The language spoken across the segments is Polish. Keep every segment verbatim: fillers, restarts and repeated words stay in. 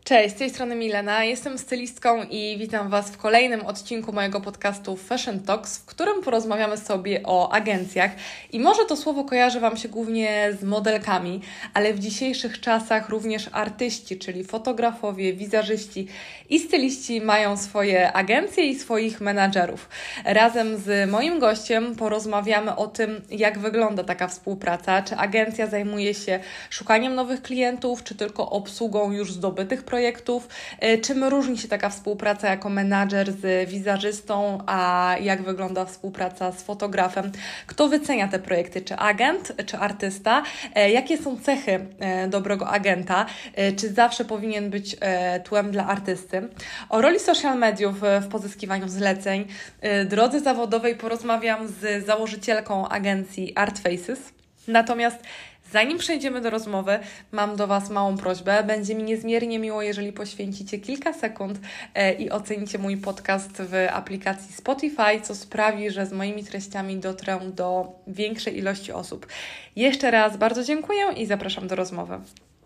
Cześć, z tej strony Milena, jestem stylistką i witam Was w kolejnym odcinku mojego podcastu Fashion Talks, w którym porozmawiamy sobie o agencjach. I może to słowo kojarzy Wam się głównie z modelkami, ale w dzisiejszych czasach również artyści, czyli fotografowie, wizażyści i styliści mają swoje agencje i swoich menadżerów. Razem z moim gościem porozmawiamy o tym, jak wygląda taka współpraca, czy agencja zajmuje się szukaniem nowych klientów, czy tylko obsługą już zdobytych projektów, projektów. Czym różni się taka współpraca jako menadżer z wizażystą, a jak wygląda współpraca z fotografem? Kto wycenia te projekty? Czy agent, czy artysta? Jakie są cechy dobrego agenta? Czy zawsze powinien być tłem dla artysty? O roli social mediów w pozyskiwaniu zleceń, drodze zawodowej porozmawiam z założycielką agencji Art Faces. Natomiast zanim przejdziemy do rozmowy, mam do Was małą prośbę. Będzie mi niezmiernie miło, jeżeli poświęcicie kilka sekund i ocenicie mój podcast w aplikacji Spotify, co sprawi, że z moimi treściami dotrę do większej ilości osób. Jeszcze raz bardzo dziękuję i zapraszam do rozmowy.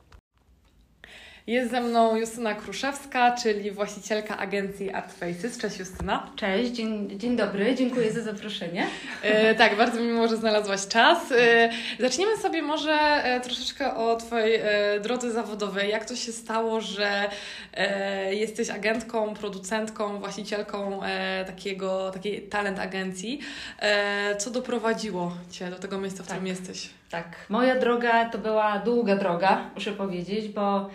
Jest ze mną Justyna Kruszewska, czyli właścicielka agencji Art Faces. Cześć Justyna. Cześć, dzień, dzień dobry, dziękuję za zaproszenie. E, tak, bardzo mi miło, że znalazłaś czas. E, zaczniemy sobie może e, troszeczkę o Twojej e, drodze zawodowej. Jak to się stało, że e, jesteś agentką, producentką, właścicielką e, takiego, takiej talent agencji? E, co doprowadziło Cię do tego miejsca, w którym tak. jesteś? Tak, moja droga to była długa droga, muszę powiedzieć, bo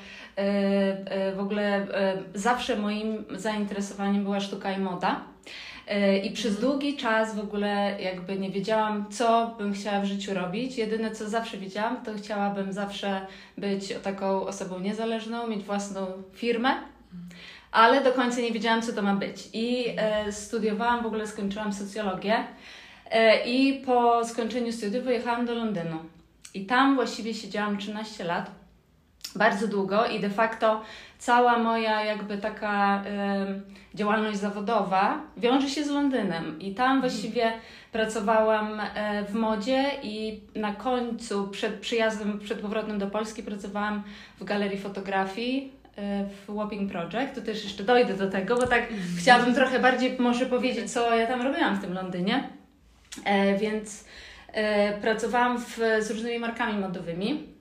w ogóle zawsze moim zainteresowaniem była sztuka i moda. I przez długi czas w ogóle jakby nie wiedziałam, co bym chciała w życiu robić. Jedyne, co zawsze wiedziałam, to chciałabym zawsze być taką osobą niezależną, mieć własną firmę, ale do końca nie wiedziałam, co to ma być. I studiowałam, w ogóle skończyłam socjologię i po skończeniu studiów wyjechałam do Londynu. I tam właściwie siedziałam trzynaście lat. Bardzo długo i de facto cała moja jakby taka y, działalność zawodowa wiąże się z Londynem i tam właściwie pracowałam y, w modzie i na końcu przed przyjazdem, przed powrotem do Polski pracowałam w galerii fotografii y, w Wapping Project. To też jeszcze dojdę do tego, bo tak chciałabym trochę bardziej może powiedzieć, co ja tam robiłam w tym Londynie. Y, więc y, pracowałam w, z różnymi markami modowymi.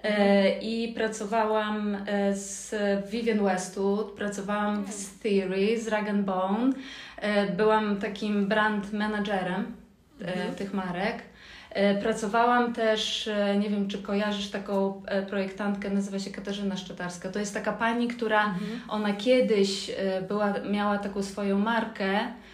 I pracowałam z Vivienne Westwood, pracowałam z Theory, z Rag and Bone. Byłam takim brand managerem mhm. tych marek. Pracowałam też, nie wiem czy kojarzysz taką projektantkę, nazywa się Katarzyna Szczetarska. To jest taka pani, która mhm. ona kiedyś była, miała taką swoją markę,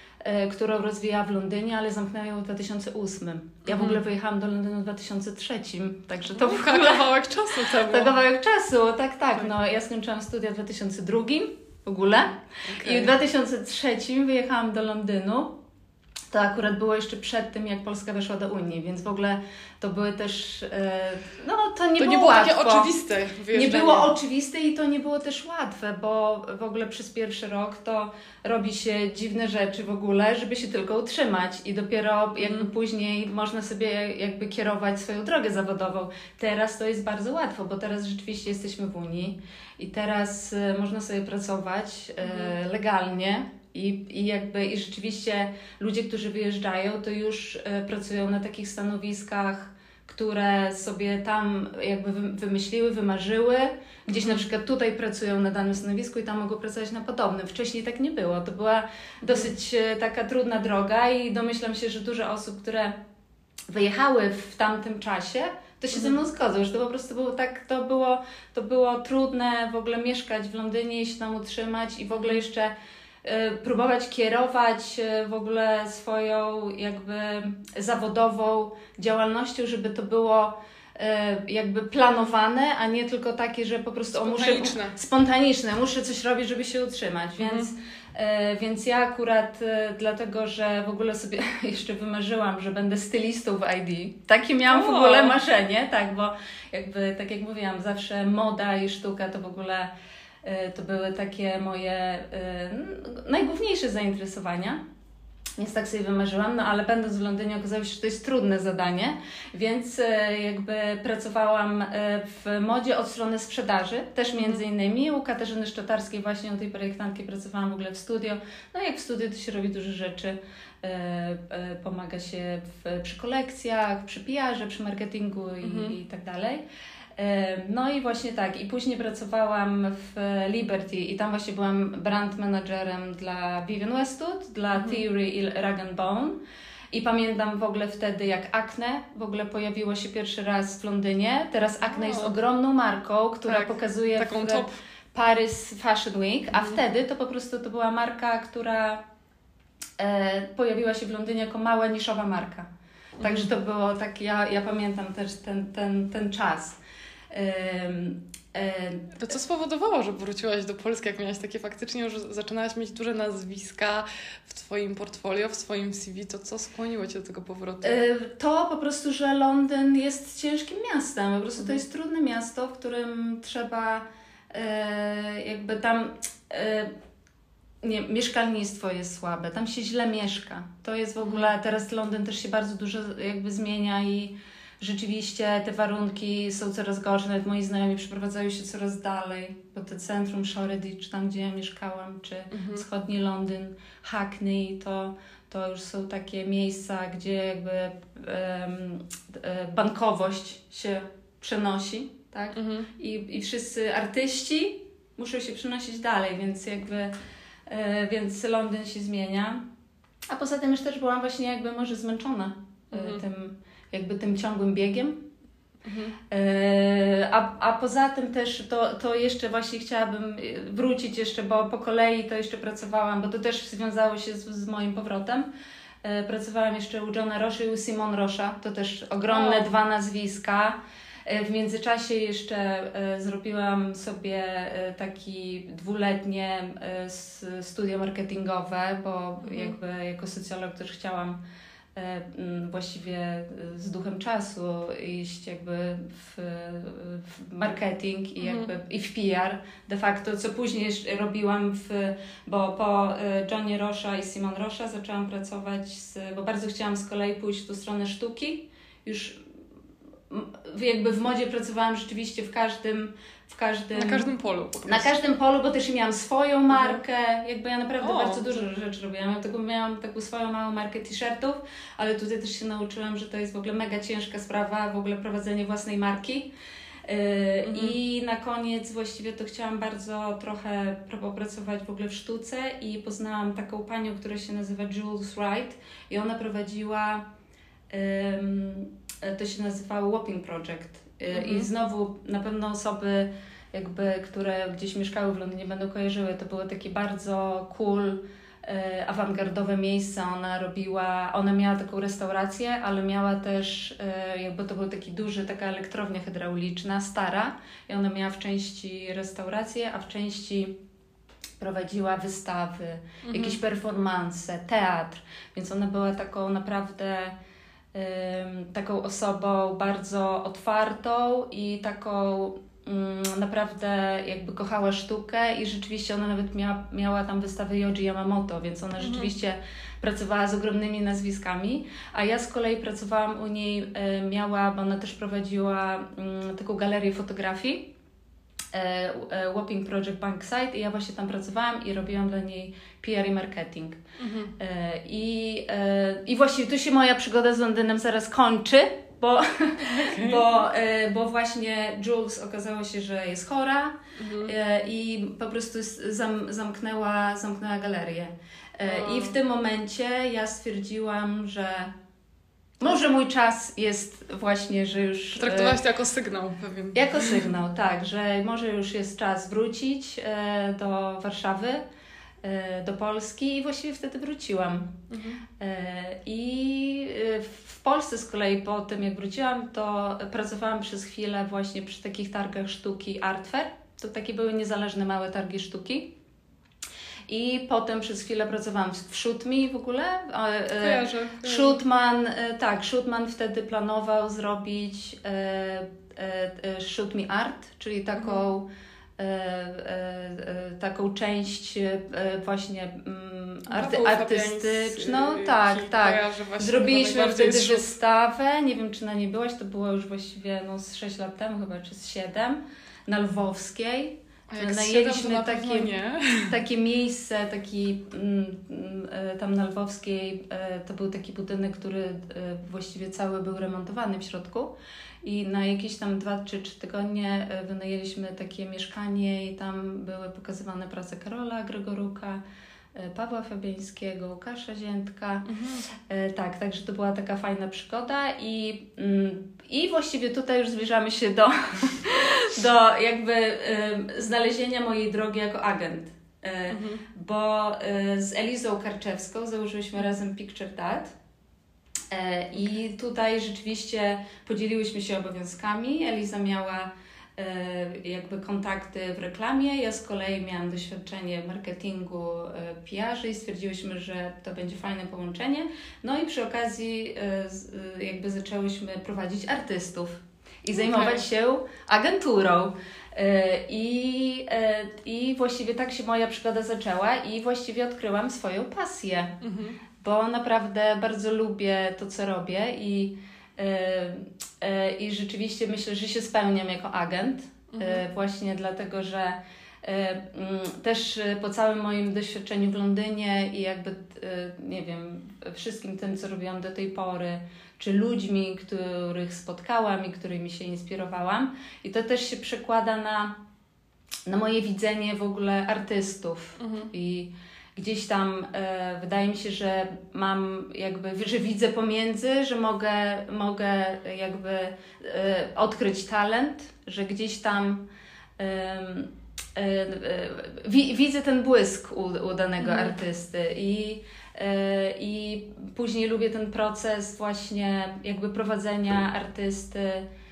którą rozwijała w Londynie, ale zamknęła ją w dwa tysiące ósmym. Ja mm. w ogóle wyjechałam do Londynu w dwa tysiące trzecim, także to w ogóle kawałek czasu temu. To kawałek czasu, tak, tak. No, ja skończyłam studia w dwa tysiące drugim w ogóle okay. i w dwa tysiące trzecim wyjechałam do Londynu. To akurat było jeszcze przed tym, jak Polska weszła do Unii, więc w ogóle to były też, no to nie to było nie było łatwo. takie oczywiste Nie było oczywiste i to nie było też łatwe, bo w ogóle przez pierwszy rok to robi się dziwne rzeczy w ogóle, żeby się tylko utrzymać i dopiero jakby mm. później można sobie jakby kierować swoją drogę zawodową. Teraz to jest bardzo łatwo, bo teraz rzeczywiście jesteśmy w Unii i teraz można sobie pracować mm. legalnie. I, i jakby i rzeczywiście ludzie, którzy wyjeżdżają, to już e, pracują na takich stanowiskach, które sobie tam jakby wymyśliły, wymarzyły. Gdzieś na przykład tutaj pracują na danym stanowisku i tam mogą pracować na podobnym. Wcześniej tak nie było. To była dosyć e, taka trudna droga i domyślam się, że dużo osób, które wyjechały w tamtym czasie, to się ze mną zgodzą, że to po prostu było tak, to było, to było trudne w ogóle mieszkać w Londynie i się tam utrzymać i w ogóle jeszcze próbować kierować w ogóle swoją jakby zawodową działalnością, żeby to było jakby planowane, a nie tylko takie, że po prostu o, muszę, spontaniczne, muszę coś robić, żeby się utrzymać, więc, mhm. więc ja akurat dlatego, że w ogóle sobie jeszcze wymarzyłam, że będę stylistą w I D. Takie miałam o. w ogóle marzenie, tak, bo jakby tak jak mówiłam, zawsze moda i sztuka to w ogóle to były takie moje y, najgłówniejsze zainteresowania. Więc tak sobie wymarzyłam, no ale będąc w Londynie okazało się, że to jest trudne zadanie, więc jakby pracowałam w modzie od strony sprzedaży, też między innymi u Katarzyny Szczotarskiej, właśnie u tej projektantki pracowałam w ogóle w studio. No jak w studio to się robi dużo rzeczy, pomaga się w, przy kolekcjach, przy P R-ze, przy marketingu i, mhm. i tak dalej. No i właśnie tak, i później pracowałam w Liberty i tam właśnie byłam brand managerem dla Vivienne Westwood, dla mhm. Theory i Rag Bone. I pamiętam w ogóle wtedy, jak Acne w ogóle pojawiło się pierwszy raz w Londynie. Teraz Acne o. jest ogromną marką, która tak, pokazuje taką top. Paris Fashion Week, a mhm. wtedy to po prostu to była marka, która e, pojawiła się w Londynie jako mała, niszowa marka. Mhm. Także to było tak, ja, ja pamiętam też ten, ten, ten czas. To co spowodowało, że wróciłaś do Polski, jak miałaś takie faktycznie już zaczynałaś mieć duże nazwiska w Twoim portfolio, w swoim C V, to co skłoniło Cię do tego powrotu? To po prostu, że Londyn jest ciężkim miastem, po prostu to jest trudne miasto, w którym trzeba jakby tam nie, mieszkalnictwo jest słabe, tam się źle mieszka, to jest w ogóle, teraz Londyn też się bardzo dużo jakby zmienia i rzeczywiście te warunki są coraz gorsze, nawet moi znajomi przeprowadzają się coraz dalej, bo to centrum Shoreditch, tam gdzie ja mieszkałam, czy mhm. wschodni Londyn, Hackney, to, to już są takie miejsca, gdzie jakby um, bankowość się przenosi, tak? Mhm. I, I wszyscy artyści muszą się przenosić dalej, więc jakby e, więc Londyn się zmienia. A poza tym już też byłam właśnie jakby może zmęczona mhm. tym jakby tym ciągłym biegiem. Mhm. E, a, a poza tym też to, to jeszcze właśnie chciałabym wrócić jeszcze, bo po kolei to jeszcze pracowałam, bo to też związało się z, z moim powrotem. E, pracowałam jeszcze u Johna Rosha i u Simone Rocha, to też ogromne o. dwa nazwiska. E, w międzyczasie jeszcze e, zrobiłam sobie e, taki dwuletnie e, studia marketingowe, bo mhm. jakby jako socjolog też chciałam właściwie z duchem czasu iść jakby w, w marketing i jakby mhm. i w P R de facto, co później robiłam w, bo po Johnie Rocha i Simone Rocha zaczęłam pracować z, bo bardzo chciałam z kolei pójść w tą stronę sztuki, już jakby w modzie pracowałam rzeczywiście w każdym w każdym... Na każdym polu po prostu. Na każdym polu, bo też miałam swoją markę, mhm. jakby ja naprawdę o. bardzo dużo rzeczy robiłam. Ja taką, miałam taką swoją małą markę t-shirtów, ale tutaj też się nauczyłam, że to jest w ogóle mega ciężka sprawa, w ogóle prowadzenie własnej marki. Yy, mhm. I na koniec właściwie to chciałam bardzo trochę popracować w ogóle w sztuce i poznałam taką panią, która się nazywa Jules Wright i ona prowadziła, yy, to się nazywało Wapping Project. Mhm. I znowu na pewno osoby, jakby, które gdzieś mieszkały w Londynie, będą kojarzyły. To było takie bardzo cool, e, awangardowe miejsce. Ona robiła, ona miała taką restaurację, ale miała też, e, jakby to był taki duży, taka elektrownia hydrauliczna, stara. I ona miała w części restaurację, a w części prowadziła wystawy, mhm. jakieś performanse, teatr. Więc ona była taką naprawdę... taką osobą bardzo otwartą i taką um, naprawdę jakby kochała sztukę i rzeczywiście ona nawet miała, miała tam wystawę Yohji Yamamoto, więc ona mhm. rzeczywiście pracowała z ogromnymi nazwiskami, a ja z kolei pracowałam u niej, y, miała, bo ona też prowadziła y, taką galerię fotografii, Wapping Project Bankside i ja właśnie tam pracowałam i robiłam dla niej P R i marketing. Mhm. I, I właściwie tu się moja przygoda z Londynem zaraz kończy, bo, okay. bo, bo właśnie Jules okazało się, że jest chora mhm. i po prostu zam, zamknęła, zamknęła galerię. O. I w tym momencie ja stwierdziłam, że może mój czas jest właśnie, że już... Traktowałaś to jako sygnał pewien. Jako sygnał, tak, że może już jest czas wrócić e, do Warszawy, e, do Polski i właściwie wtedy wróciłam. Mhm. E, I w Polsce z kolei po tym jak wróciłam, to pracowałam przez chwilę właśnie przy takich targach sztuki Art Fair. To takie były niezależne małe targi sztuki. I potem przez chwilę pracowałam w Shoot Me w ogóle. Kojarzę. Shootman, tak, Shootman wtedy planował zrobić e, e, Shoot Me Art, czyli taką, mhm. e, e, taką część e, właśnie m, arty, artystyczną. Tak, tak. Zrobiliśmy wtedy wystawę, nie wiem czy na niej byłaś, to było już właściwie no, z sześć lat temu chyba, czy z siedem, na Lwowskiej. A jak najęliśmy na takie, takie miejsce, taki mm, tam na Lwowskiej, to był taki budynek, który właściwie cały był remontowany w środku i na jakieś tam dwa czy trzy tygodnie wynajęliśmy takie mieszkanie i tam były pokazywane prace Karola Grygoruka, Pawła Fabiańskiego, Łukasza Ziętka. Mhm. Tak, także to była taka fajna przygoda i, i właściwie tutaj już zbliżamy się do, do jakby znalezienia mojej drogi jako agent. Mhm. Bo z Elizą Karczewską założyłyśmy razem Picture Dad i tutaj rzeczywiście podzieliłyśmy się obowiązkami. Eliza miała jakby kontakty w reklamie, ja z kolei miałam doświadczenie w marketingu, P R-ze i stwierdziłyśmy, że to będzie fajne połączenie. No i przy okazji jakby zaczęłyśmy prowadzić artystów i zajmować okay. się agenturą. I, I właściwie tak się moja przygoda zaczęła i właściwie odkryłam swoją pasję, mhm. bo naprawdę bardzo lubię to, co robię i I rzeczywiście myślę, że się spełniam jako agent, mhm. właśnie dlatego, że też po całym moim doświadczeniu w Londynie i jakby, nie wiem, wszystkim tym, co robiłam do tej pory, czy ludźmi, których spotkałam i którymi się inspirowałam, i to też się przekłada na, na moje widzenie w ogóle artystów mhm. i gdzieś tam e, wydaje mi się, że mam jakby, że widzę pomiędzy, że mogę, mogę jakby e, odkryć talent, że gdzieś tam e, e, wi, widzę ten błysk u, u danego mm. artysty i, e, i później lubię ten proces właśnie jakby prowadzenia artysty,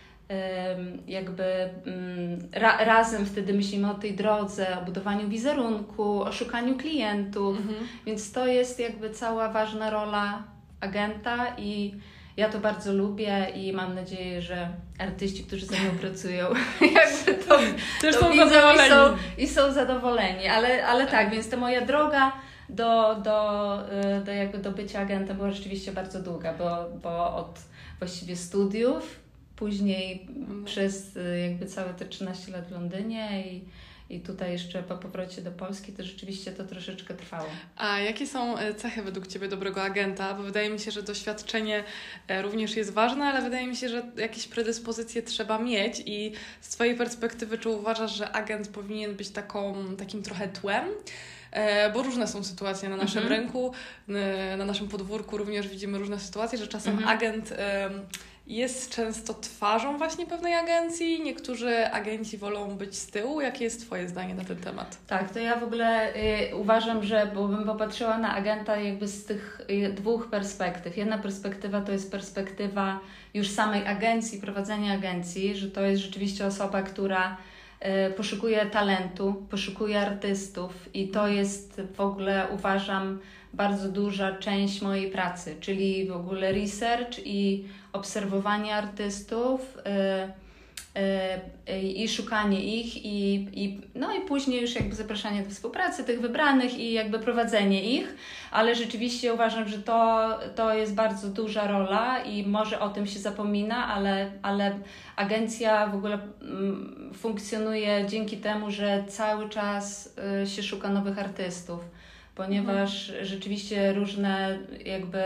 jakby ra, razem wtedy myślimy o tej drodze, o budowaniu wizerunku, o szukaniu klientów, mhm. więc to jest jakby cała ważna rola agenta i ja to bardzo lubię i mam nadzieję, że artyści, którzy ze mną pracują, jakby to, Też to są widzą zadowoleni. I są, i są zadowoleni, ale, ale tak, więc ta moja droga do, do, do, jakby do bycia agentem była rzeczywiście bardzo długa, bo, bo od właściwie studiów, później mhm. przez jakby całe te trzynaście lat w Londynie i, i tutaj jeszcze po powrocie do Polski, to rzeczywiście to troszeczkę trwało. A jakie są cechy według Ciebie dobrego agenta? Bo wydaje mi się, że doświadczenie również jest ważne, ale wydaje mi się, że jakieś predyspozycje trzeba mieć i z Twojej perspektywy, czy uważasz, że agent powinien być taką, takim trochę tłem? Bo różne są sytuacje na naszym mhm. rynku, na naszym podwórku również widzimy różne sytuacje, że czasem mhm. agent jest często twarzą właśnie pewnej agencji. Niektórzy agenci wolą być z tyłu. Jakie jest Twoje zdanie na ten temat? Tak, to ja w ogóle y, uważam, że bo bym popatrzyła na agenta jakby z tych y, dwóch perspektyw. Jedna perspektywa to jest perspektywa już samej agencji, prowadzenia agencji, że to jest rzeczywiście osoba, która y, poszukuje talentu, poszukuje artystów i to jest w ogóle, uważam, bardzo duża część mojej pracy, czyli w ogóle research i obserwowanie artystów yy, yy, i szukanie ich i, i, no i później już jakby zapraszanie do współpracy tych wybranych i jakby prowadzenie ich, ale rzeczywiście uważam, że to, to jest bardzo duża rola i może o tym się zapomina, ale, ale agencja w ogóle mm, funkcjonuje dzięki temu, że cały czas y, się szuka nowych artystów, ponieważ mhm. rzeczywiście różne jakby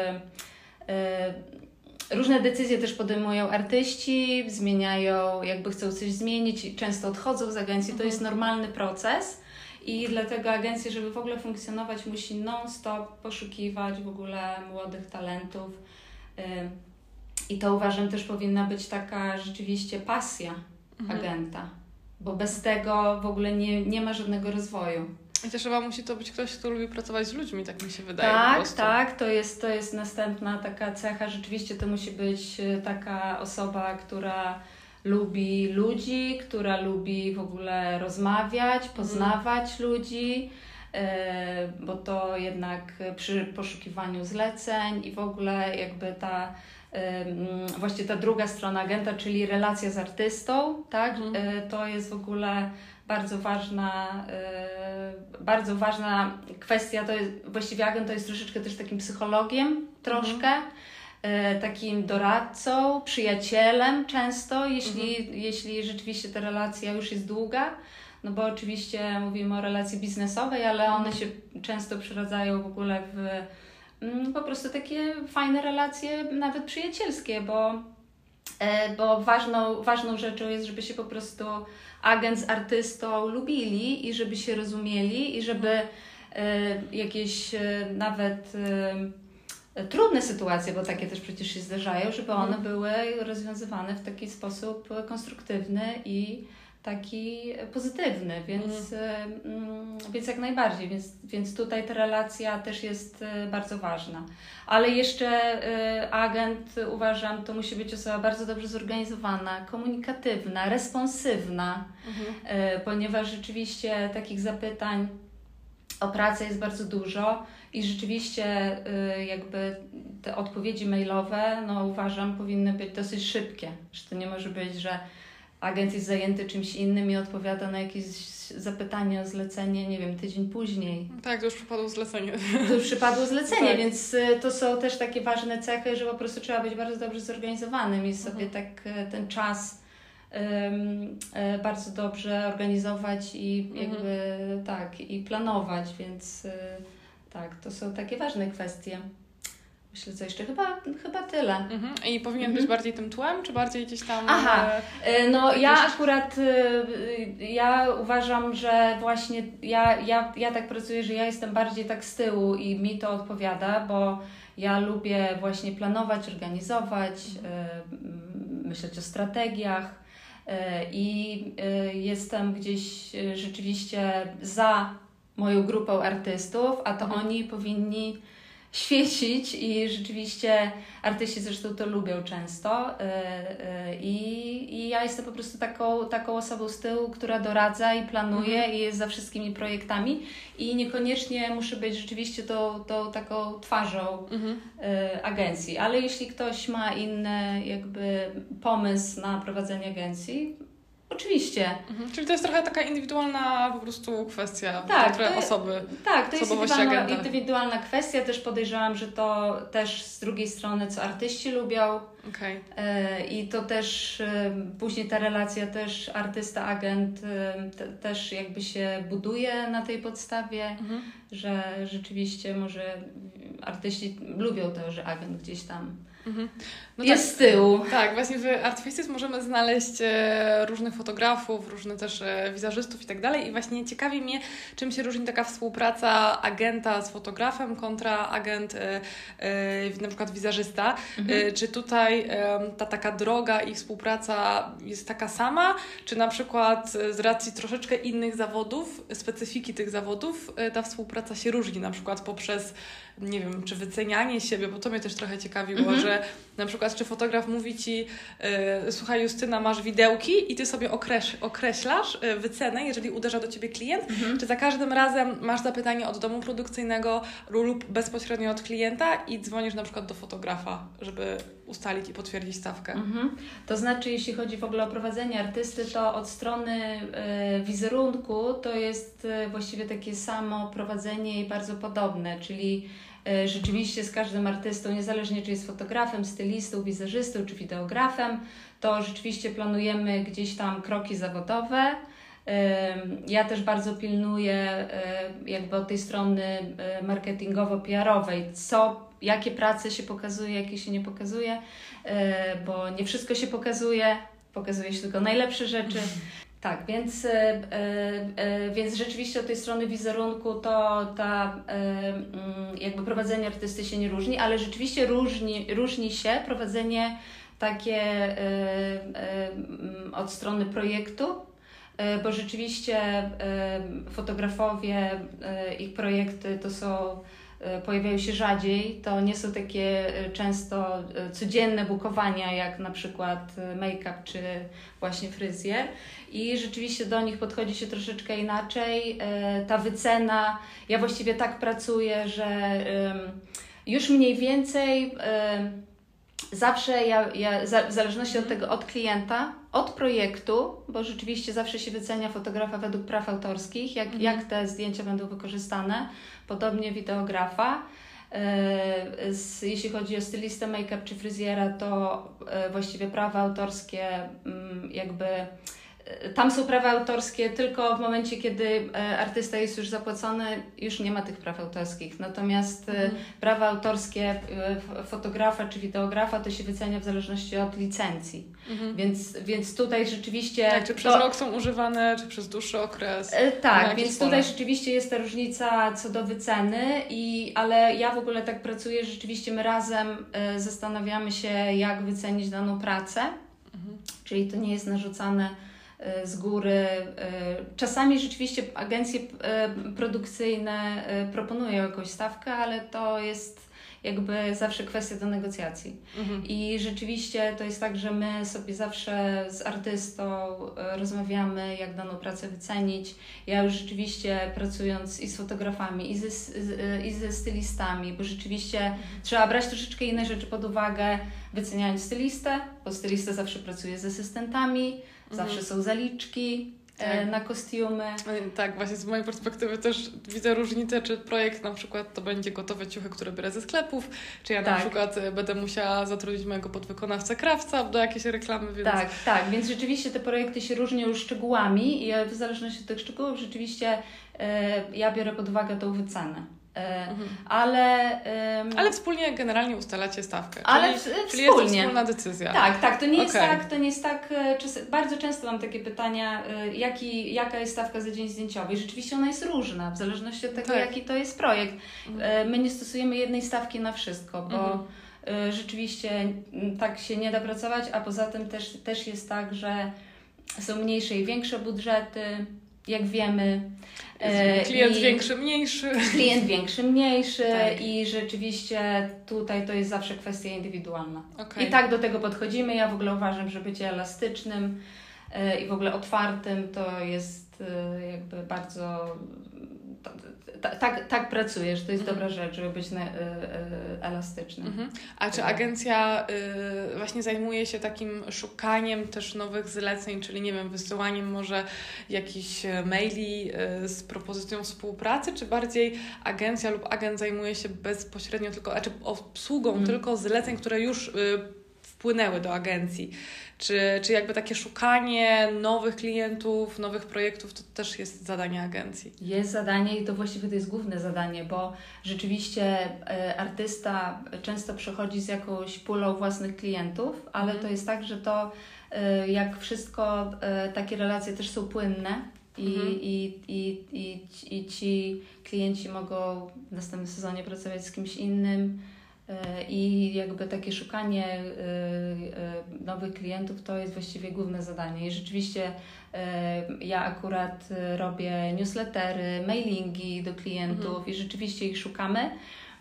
y, różne decyzje też podejmują artyści, zmieniają, jakby chcą coś zmienić i często odchodzą z agencji. Mhm. To jest normalny proces i dlatego agencja, żeby w ogóle funkcjonować, musi non-stop poszukiwać w ogóle młodych talentów. Y, I to uważam też powinna być taka rzeczywiście pasja mhm. agenta, bo bez tego w ogóle nie, nie ma żadnego rozwoju. I też chyba musi to być ktoś, kto lubi pracować z ludźmi, tak mi się wydaje. Tak, tak, to jest, to jest następna taka cecha. Rzeczywiście to musi być taka osoba, która lubi ludzi, która lubi w ogóle rozmawiać, poznawać mm. ludzi, e, bo to jednak przy poszukiwaniu zleceń i w ogóle jakby ta e, właśnie ta druga strona agenta, czyli relacja z artystą, tak, mm. e, to jest w ogóle bardzo ważna, bardzo ważna kwestia, to jest, właściwie agent to jest troszeczkę też takim psychologiem, troszkę, mhm. takim doradcą, przyjacielem często, jeśli, mhm. jeśli rzeczywiście ta relacja już jest długa. No bo oczywiście mówimy o relacji biznesowej, ale one się często przeradzają w ogóle w mm, po prostu takie fajne relacje, nawet przyjacielskie, bo, e, bo ważną, ważną rzeczą jest, żeby się po prostu agent z artystą lubili i żeby się rozumieli i żeby e, jakieś e, nawet e, trudne sytuacje, bo takie też przecież się zdarzają, żeby one mhm. były rozwiązywane w taki sposób konstruktywny i taki pozytywny, więc, mm. więc jak najbardziej, więc, więc tutaj ta relacja też jest bardzo ważna. Ale jeszcze agent, uważam, to musi być osoba bardzo dobrze zorganizowana, komunikatywna, responsywna, mhm. ponieważ rzeczywiście takich zapytań o pracę jest bardzo dużo i rzeczywiście jakby te odpowiedzi mailowe, no uważam, powinny być dosyć szybkie, że to nie może być, że agent jest zajęty czymś innym i odpowiada na jakieś zapytanie o zlecenie, nie wiem, tydzień później. Tak, to już przypadło zlecenie. To już przypadło zlecenie, tak. Więc to są też takie ważne cechy, że po prostu trzeba być bardzo dobrze zorganizowanym i sobie mhm. tak ten czas um, bardzo dobrze organizować i jakby mhm. tak, i planować, więc tak, to są takie ważne kwestie. Myślę, co jeszcze? Chyba, chyba tyle. Mhm. I powinien mhm. być bardziej tym tłem, czy bardziej gdzieś tam... Aha, e, no ja gdzieś... akurat, e, ja uważam, że właśnie ja, ja, ja tak pracuję, że ja jestem bardziej tak z tyłu i mi to odpowiada, bo ja lubię właśnie planować, organizować, e, myśleć o strategiach e, i e, jestem gdzieś rzeczywiście za moją grupą artystów, a to mhm. oni powinni świecić i rzeczywiście artyści zresztą to lubią często yy, yy, i ja jestem po prostu taką, taką osobą z tyłu, która doradza i planuje mhm. i jest za wszystkimi projektami i niekoniecznie muszę być rzeczywiście tą, tą taką twarzą mhm. yy, agencji, ale jeśli ktoś ma inny jakby pomysł na prowadzenie agencji, oczywiście. Mhm. Czyli to jest trochę taka indywidualna po prostu kwestia tak, trochę to, osoby. Tak, to jest indywidualna, indywidualna kwestia. Też podejrzewam, że to też z drugiej strony, co artyści lubią. Okay. I to też później ta relacja też artysta-agent te, też jakby się buduje na tej podstawie, mhm. że rzeczywiście może artyści lubią to, że agent gdzieś tam Mhm. No jest tak, z tyłu. Tak, właśnie w Artfaces możemy znaleźć e, różnych fotografów, różnych też e, wizerzystów i tak dalej i właśnie ciekawi mnie, czym się różni taka współpraca agenta z fotografem kontra agent e, e, na przykład wizerzysta. Mhm. E, czy tutaj e, ta taka droga i współpraca jest taka sama, czy na przykład z racji troszeczkę innych zawodów, specyfiki tych zawodów, e, ta współpraca się różni, na przykład poprzez, nie wiem, czy wycenianie siebie, bo to mnie też trochę ciekawiło, mhm. że na przykład czy fotograf mówi Ci, yy, słuchaj Justyna, masz widełki i Ty sobie okreś, określasz yy, wycenę, jeżeli uderza do Ciebie klient, mhm. czy za każdym razem masz zapytanie od domu produkcyjnego lub bezpośrednio od klienta i dzwonisz na przykład do fotografa, żeby ustalić i potwierdzić stawkę. Mhm. To znaczy, jeśli chodzi w ogóle o prowadzenie artysty, to od strony yy, wizerunku to jest yy, właściwie takie samo prowadzenie i bardzo podobne, czyli rzeczywiście z każdym artystą, niezależnie czy jest fotografem, stylistą, wizerzystą czy wideografem, to rzeczywiście planujemy gdzieś tam kroki zawodowe. Ja też bardzo pilnuję jakby od tej strony marketingowo-P R owej, co, jakie prace się pokazuje, jakie się nie pokazuje, bo nie wszystko się pokazuje, pokazuje się tylko najlepsze rzeczy. Tak, więc, yy, yy, więc rzeczywiście od tej strony wizerunku to ta yy, jakby prowadzenie artysty się nie różni, ale rzeczywiście różni, różni się prowadzenie takie yy, yy, od strony projektu, yy, bo rzeczywiście yy, fotografowie, yy, ich projekty to są pojawiają się rzadziej, to nie są takie często codzienne bukowania jak na przykład make-up czy właśnie fryzjer i rzeczywiście do nich podchodzi się troszeczkę inaczej. Ta wycena, ja właściwie tak pracuję, że już mniej więcej zawsze ja, ja za, w zależności od tego, od klienta, od projektu, bo rzeczywiście zawsze się wycenia fotografa według praw autorskich, jak, mhm. jak te zdjęcia będą wykorzystane, podobnie wideografa. Yy, z, jeśli chodzi o stylistę, make-up czy fryzjera, to yy, właściwie prawa autorskie yy, jakby tam są prawa autorskie tylko w momencie, kiedy artysta jest już zapłacony, już nie ma tych praw autorskich. Natomiast mhm. prawa autorskie fotografa czy wideografa to się wycenia w zależności od licencji. Mhm. Więc, więc tutaj rzeczywiście... Tak, czy przez to, rok są używane, czy przez dłuższy okres. Tak, więc tutaj rzeczywiście jest ta różnica co do wyceny, i, ale ja w ogóle tak pracuję, że rzeczywiście my razem zastanawiamy się, jak wycenić daną pracę. Mhm. Czyli to nie jest narzucane z góry. Czasami rzeczywiście agencje produkcyjne proponują jakąś stawkę, ale to jest jakby zawsze kwestia do negocjacji. Mhm. I rzeczywiście to jest tak, że my sobie zawsze z artystą rozmawiamy, jak daną pracę wycenić. Ja już rzeczywiście pracując i z fotografami, i ze, i ze stylistami, bo rzeczywiście mhm. trzeba brać troszeczkę inne rzeczy pod uwagę, wyceniając stylistę, bo stylista zawsze pracuje z asystentami, zawsze mhm. są zaliczki tak. na kostiumy. Tak, właśnie z mojej perspektywy też widzę różnicę, czy projekt na przykład to będzie gotowe ciuchy, które biorę ze sklepów, czy ja tak. na przykład będę musiała zatrudnić mojego podwykonawcę krawca do jakiejś reklamy. Więc... Tak, tak, więc rzeczywiście te projekty się różnią szczegółami i w zależności od tych szczegółów rzeczywiście e, ja biorę pod uwagę tą wycenę. Mhm. Ale, um, ale wspólnie generalnie ustalacie stawkę. Ale czyli, w, czyli wspólnie. jest to wspólna decyzja. Tak, tak. To nie jest okay. tak, to nie jest tak. Bardzo często mam takie pytania, jaki, jaka jest stawka za dzień zdjęciowy. I rzeczywiście ona jest różna, w zależności od tego, tak. jaki to jest projekt. Mhm. My nie stosujemy jednej stawki na wszystko, bo mhm. rzeczywiście tak się nie da pracować, a poza tym też, też jest tak, że są mniejsze i większe budżety, jak wiemy. Klient I większy, mniejszy. Klient większy, mniejszy tak. i rzeczywiście tutaj to jest zawsze kwestia indywidualna. Okay. I tak do tego podchodzimy. Ja w ogóle uważam, że bycie elastycznym i w ogóle otwartym to jest jakby bardzo... Tak, tak, tak pracujesz, to jest mhm. dobra rzecz, żeby być na, y, y, elastycznym. Mhm. A czy agencja y, właśnie zajmuje się takim szukaniem też nowych zleceń, czyli nie wiem, wysyłaniem może jakichś maili y, z propozycją współpracy, czy bardziej agencja lub agent zajmuje się bezpośrednio tylko, znaczy obsługą mhm. tylko zleceń, które już y, wpłynęły do agencji? Czy, czy jakby takie szukanie nowych klientów, nowych projektów to też jest zadanie agencji? Jest zadanie i to właściwie to jest główne zadanie, bo rzeczywiście y, artysta często przychodzi z jakąś pulą własnych klientów, ale mm. to jest tak, że to y, jak wszystko, y, takie relacje też są płynne i, mm. i, i, i, i ci klienci mogą w następnym sezonie pracować z kimś innym. I jakby takie szukanie nowych klientów to jest właściwie główne zadanie. I rzeczywiście ja akurat robię newslettery, mailingi do klientów mhm. i rzeczywiście ich szukamy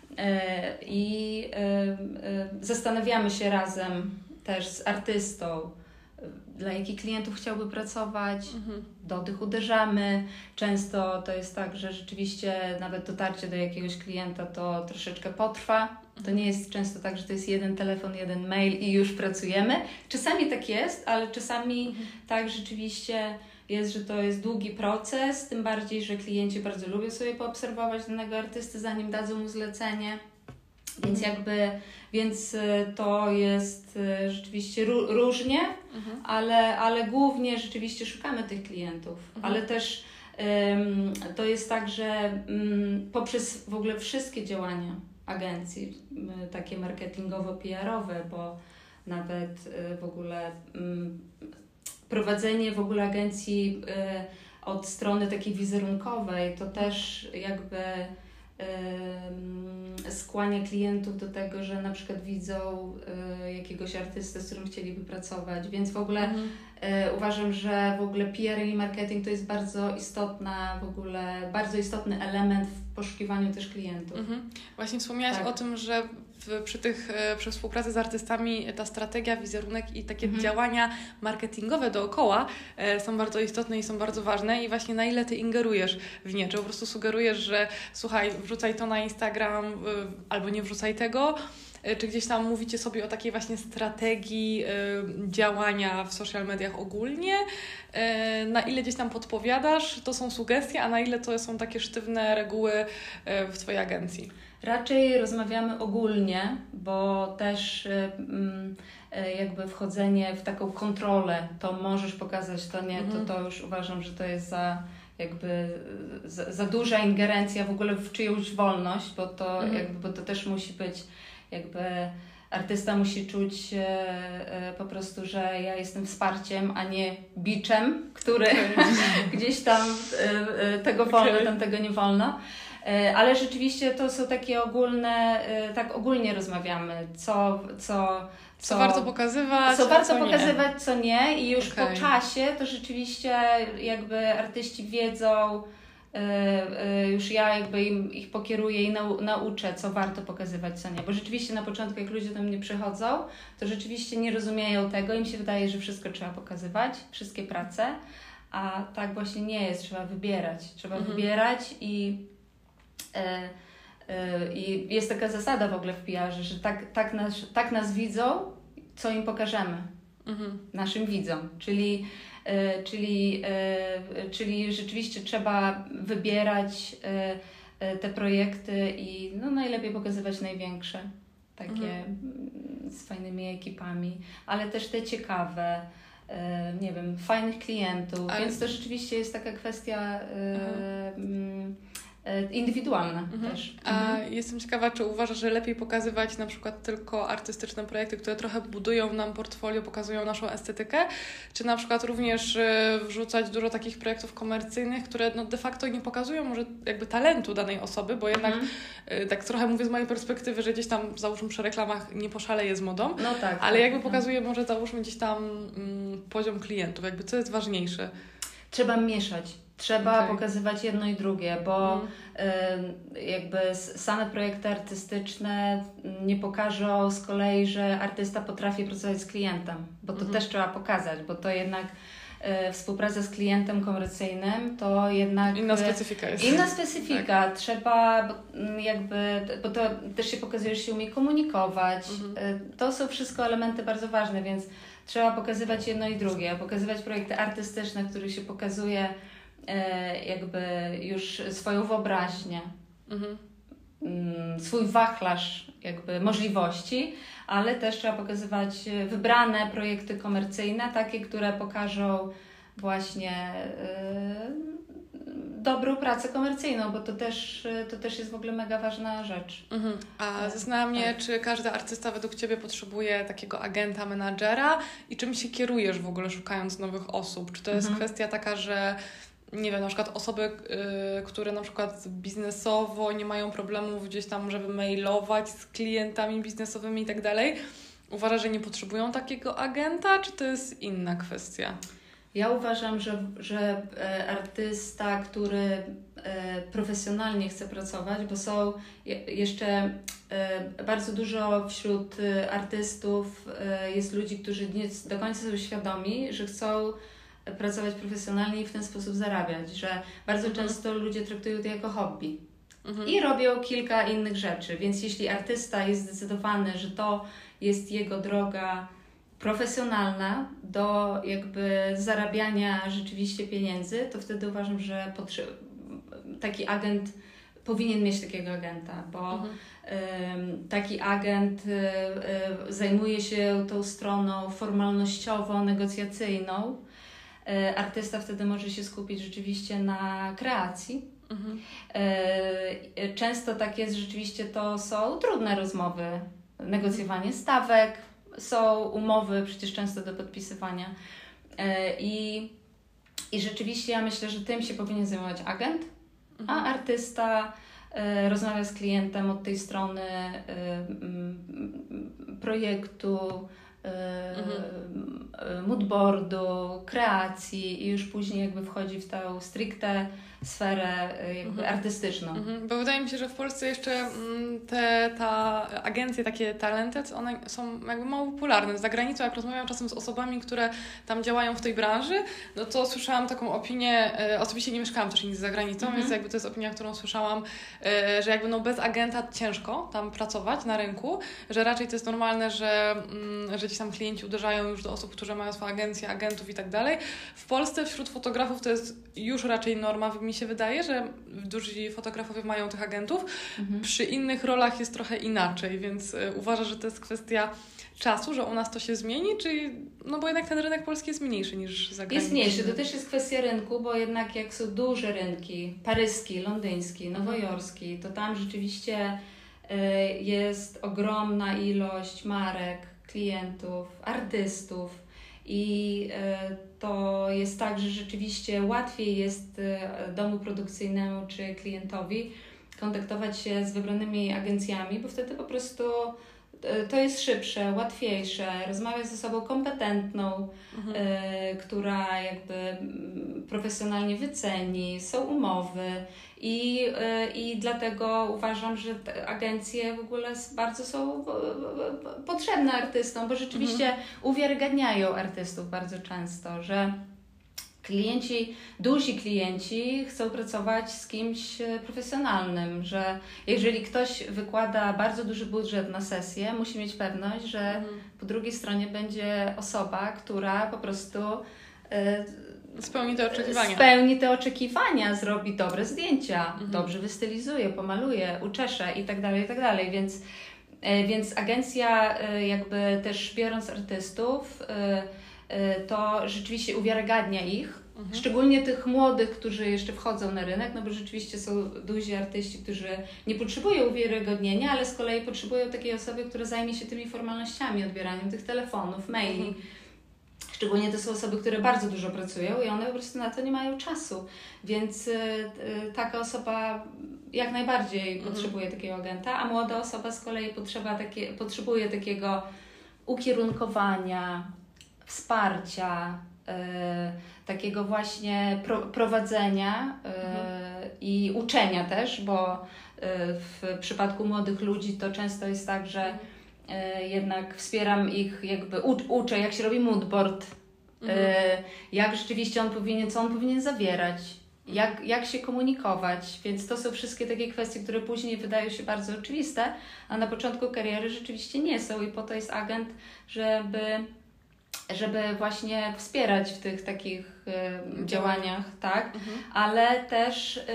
i zastanawiamy się razem też z artystą, dla jakich klientów chciałby pracować, mhm. do tych uderzamy. Często to jest tak, że rzeczywiście nawet dotarcie do jakiegoś klienta to troszeczkę potrwa. To nie jest często tak, że to jest jeden telefon, jeden mail i już pracujemy. Czasami tak jest, ale czasami mhm. tak rzeczywiście jest, że to jest długi proces, tym bardziej, że klienci bardzo lubią sobie poobserwować danego artysty, zanim dadzą mu zlecenie. Więc jakby, więc to jest rzeczywiście ró- różnie, mhm. ale, ale głównie rzeczywiście szukamy tych klientów. Mhm. Ale też um, to jest tak, że um, poprzez w ogóle wszystkie działania agencji, um, takie marketingowo-P R-owe, bo nawet um, w ogóle um, prowadzenie w ogóle agencji um, od strony takiej wizerunkowej, to też jakby skłania klientów do tego, że na przykład widzą y, jakiegoś artystę, z którym chcieliby pracować, więc w ogóle mhm. y, uważam, że w ogóle P R i marketing to jest bardzo istotna, w ogóle bardzo istotny element w poszukiwaniu też klientów. Mhm. Właśnie wspomniałaś tak. o tym, że w, przy tych, przy współpracy z artystami ta strategia, wizerunek i takie mhm. działania marketingowe dookoła e, są bardzo istotne i są bardzo ważne i właśnie na ile Ty ingerujesz w nie, czy po prostu sugerujesz, że słuchaj, wrzucaj to na Instagram y, albo nie wrzucaj tego, Czy gdzieś tam mówicie sobie o takiej właśnie strategii y, działania w social mediach ogólnie? Y, na ile gdzieś tam podpowiadasz, to są sugestie, a na ile to są takie sztywne reguły y, w Twojej agencji? Raczej rozmawiamy ogólnie, bo też y, y, jakby wchodzenie w taką kontrolę, to możesz pokazać, to nie, mhm. to, to już uważam, że to jest za jakby za, za duża ingerencja w ogóle w czyjąś wolność, bo to, mhm. jakby, bo to też musi być jakby artysta musi czuć e, e, po prostu, że ja jestem wsparciem, a nie biczem, który gdzieś tam e, e, tego wolno, okay. tam tego nie wolno. E, ale rzeczywiście to są takie ogólne, e, tak ogólnie rozmawiamy, co, co, co, co warto pokazywać, co warto co pokazywać, nie. co nie i już okay. po czasie to rzeczywiście jakby artyści wiedzą, już ja jakby im, ich pokieruję i nau, nauczę, co warto pokazywać, co nie. Bo rzeczywiście na początku, jak ludzie do mnie przychodzą, to rzeczywiście nie rozumieją tego. Im się wydaje, że wszystko trzeba pokazywać, wszystkie prace, a tak właśnie nie jest. Trzeba wybierać. Trzeba mhm. wybierać i, e, e, i jest taka zasada w ogóle w P R-ze, że tak, tak, nas, tak nas widzą, co im pokażemy. Mhm. Naszym widzom. Czyli Czyli, czyli rzeczywiście trzeba wybierać te projekty i no najlepiej pokazywać największe, takie mhm. z fajnymi ekipami, ale też te ciekawe, nie wiem, fajnych klientów, ale... więc to rzeczywiście jest taka kwestia mhm. indywidualna mhm. też. A mhm. jestem ciekawa, czy uważasz, że lepiej pokazywać na przykład tylko artystyczne projekty, które trochę budują nam portfolio, pokazują naszą estetykę, czy na przykład również y, wrzucać dużo takich projektów komercyjnych, które no, de facto nie pokazują może jakby talentu danej osoby, bo jednak mhm. y, tak trochę mówię z mojej perspektywy, że gdzieś tam załóżmy przy reklamach nie poszaleje z modą, no tak, ale tak, jakby tak. pokazuje może załóżmy gdzieś tam mm, poziom klientów, jakby co jest ważniejsze? Trzeba mieszać. Trzeba okay. pokazywać jedno i drugie, bo mm. y, jakby same projekty artystyczne nie pokażą z kolei, że artysta potrafi pracować z klientem, bo to mm. też trzeba pokazać, bo to jednak y, współpraca z klientem komercyjnym to jednak... Inna specyfika jest. Inna specyfika. tak. Trzeba bo, jakby, bo to też się pokazuje, że się umie komunikować. Mm. Y, to są wszystko elementy bardzo ważne, więc trzeba pokazywać jedno i drugie. Pokazywać projekty artystyczne, w których się pokazuje jakby już swoją wyobraźnię, mhm. swój wachlarz jakby możliwości, ale też trzeba pokazywać wybrane projekty komercyjne, takie, które pokażą właśnie yy, dobrą pracę komercyjną, bo to też, to też jest w ogóle mega ważna rzecz. Mhm. A zastanawiam mnie, tak. czy każdy artysta według Ciebie potrzebuje takiego agenta, menadżera i czym się kierujesz w ogóle szukając nowych osób? Czy to jest mhm. kwestia taka, że nie wiem, na przykład osoby, yy, które na przykład biznesowo nie mają problemów gdzieś tam, żeby mailować z klientami biznesowymi i tak dalej, uważasz, że nie potrzebują takiego agenta, czy to jest inna kwestia? Ja uważam, że, że artysta, który profesjonalnie chce pracować, bo są jeszcze bardzo dużo wśród artystów jest ludzi, którzy nie do końca są świadomi, że chcą pracować profesjonalnie i w ten sposób zarabiać, że bardzo mhm. często ludzie traktują to jako hobby mhm. i robią kilka innych rzeczy, więc jeśli artysta jest zdecydowany, że to jest jego droga profesjonalna do jakby zarabiania rzeczywiście pieniędzy, to wtedy uważam, że potrze- taki agent powinien mieć takiego agenta, bo mhm. y, taki agent y, y, zajmuje się tą stroną formalnościowo-negocjacyjną. Y, artysta wtedy może się skupić rzeczywiście na kreacji. Mhm. Y, często tak jest, rzeczywiście to są trudne rozmowy, negocjowanie stawek, są umowy przecież często do podpisywania i, i rzeczywiście ja myślę, że tym się powinien zajmować agent, mhm. a artysta y, rozmawia z klientem od tej strony y, y, projektu, mhm. moodboardu, kreacji i już później jakby wchodzi w tą stricte sferę jakby mhm. artystyczną. Mhm. Bo wydaje mi się, że w Polsce jeszcze te ta agencje takie talented, one są jakby mało popularne. Za granicą, jak rozmawiam czasem z osobami, które tam działają w tej branży, no to słyszałam taką opinię, e, oczywiście nie mieszkałam też nigdy za granicą, mhm. więc jakby to jest opinia, którą słyszałam, e, że jakby no bez agenta ciężko tam pracować na rynku, że raczej to jest normalne, że, mm, że gdzieś tam klienci uderzają już do osób, które mają swoje agencje, agentów i tak dalej. W Polsce wśród fotografów to jest już raczej norma. Mi się wydaje, że duzi fotografowie mają tych agentów. Mhm. Przy innych rolach jest trochę inaczej, więc y, uważam, że to jest kwestia czasu, że u nas to się zmieni, czy no bo jednak ten rynek polski jest mniejszy niż zagraniczny. Jest mniejszy, to też jest kwestia rynku, bo jednak jak są duże rynki, paryski, londyński, nowojorski, mhm. to tam rzeczywiście y, jest ogromna ilość marek, klientów, artystów. I to jest tak, że rzeczywiście łatwiej jest domu produkcyjnemu czy klientowi kontaktować się z wybranymi agencjami, bo wtedy po prostu to jest szybsze, łatwiejsze, rozmawiać z osobą kompetentną, mhm. y, która jakby profesjonalnie wyceni, są umowy i, y, i dlatego uważam, że te agencje w ogóle bardzo są potrzebne artystom, bo rzeczywiście mhm. uwiarygadniają artystów bardzo często, że klienci, duzi klienci chcą pracować z kimś profesjonalnym, że jeżeli ktoś wykłada bardzo duży budżet na sesję, musi mieć pewność, że mhm. po drugiej stronie będzie osoba, która po prostu y, spełni te oczekiwania. Spełni te oczekiwania, zrobi dobre zdjęcia, mhm. dobrze wystylizuje, pomaluje, uczesze i tak dalej, i tak dalej, więc y, więc agencja y, jakby też biorąc artystów y, to rzeczywiście uwiarygadnia ich, mhm. szczególnie tych młodych, którzy jeszcze wchodzą na rynek, no bo rzeczywiście są duzi artyści, którzy nie potrzebują uwiarygodnienia, ale z kolei potrzebują takiej osoby, która zajmie się tymi formalnościami, odbieraniem tych telefonów, maili. Mhm. Szczególnie to są osoby, które bardzo dużo pracują i one po prostu na to nie mają czasu, więc y, y, taka osoba jak najbardziej mhm. potrzebuje takiego agenta, a młoda osoba z kolei potrzeba takie, potrzebuje takiego ukierunkowania, wsparcia, y, takiego właśnie pro, prowadzenia y, mhm. i uczenia też, bo y, w przypadku młodych ludzi to często jest tak, że y, jednak wspieram ich, jakby u, uczę, jak się robi moodboard, mhm. y, jak rzeczywiście on powinien, co on powinien zawierać, jak, jak się komunikować, więc to są wszystkie takie kwestie, które później wydają się bardzo oczywiste, a na początku kariery rzeczywiście nie są i po to jest agent, żeby żeby właśnie wspierać w tych takich y, działaniach, tak, mhm. ale też y,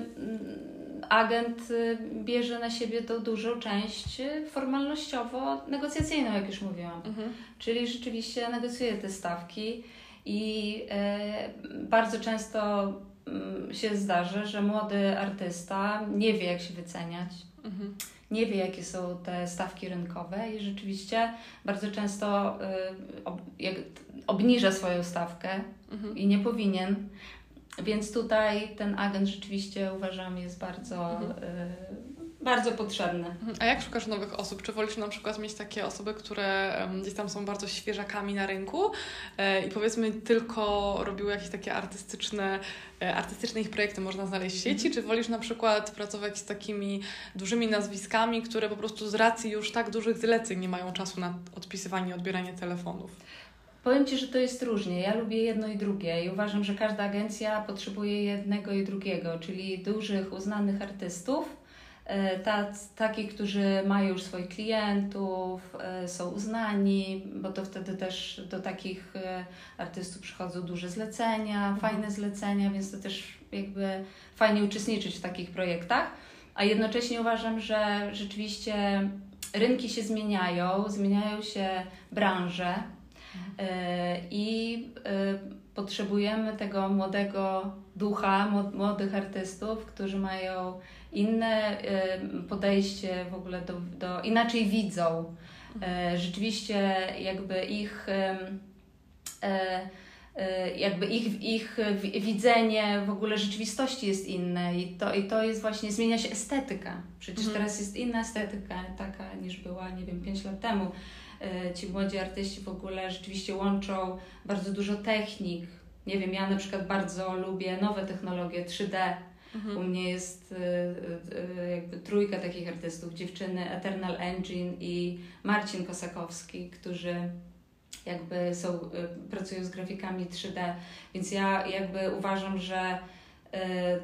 agent y, bierze na siebie tą dużą część formalnościowo-negocjacyjną, jak już mówiłam, mhm. czyli rzeczywiście negocjuje te stawki i y, bardzo często y, się zdarzy, że młody artysta nie wie, jak się wyceniać, mhm. nie wie, jakie są te stawki rynkowe i rzeczywiście bardzo często y, ob, jak, obniża swoją stawkę mhm. i nie powinien. Więc tutaj ten agent rzeczywiście uważam jest bardzo, mhm. y, bardzo potrzebny. A jak szukasz nowych osób? Czy wolisz na przykład mieć takie osoby, które gdzieś tam są bardzo świeżakami na rynku y, i powiedzmy tylko robiły jakieś takie artystyczne artystyczne ich projekty można znaleźć w sieci, czy wolisz na przykład pracować z takimi dużymi nazwiskami, które po prostu z racji już tak dużych zleceń nie mają czasu na odpisywanie i odbieranie telefonów? Powiem Ci, że to jest różnie. Ja lubię jedno i drugie i uważam, że każda agencja potrzebuje jednego i drugiego, czyli dużych, uznanych artystów, Tac, takich, którzy mają już swoich klientów, są uznani, bo to wtedy też do takich artystów przychodzą duże zlecenia, mhm. fajne zlecenia, więc to też jakby fajnie uczestniczyć w takich projektach. A jednocześnie uważam, że rzeczywiście rynki się zmieniają, zmieniają się branże mhm. i potrzebujemy tego młodego ducha, młodych artystów, którzy mają inne podejście w ogóle do, do inaczej widzą. Rzeczywiście jakby ich jakby ich, ich widzenie w ogóle rzeczywistości jest inne i to, i to jest właśnie, zmienia się estetyka. Przecież mhm. teraz jest inna estetyka taka niż była, nie wiem, pięć lat temu. ci młodzi artyści w ogóle rzeczywiście łączą bardzo dużo technik. Nie wiem, ja na przykład bardzo lubię nowe technologie trzy D. Mhm. U mnie jest y, y, jakby trójka takich artystów, dziewczyny Eternal Engine i Marcin Kosakowski, którzy jakby są, y, pracują z grafikami trzy D, więc ja jakby uważam, że y,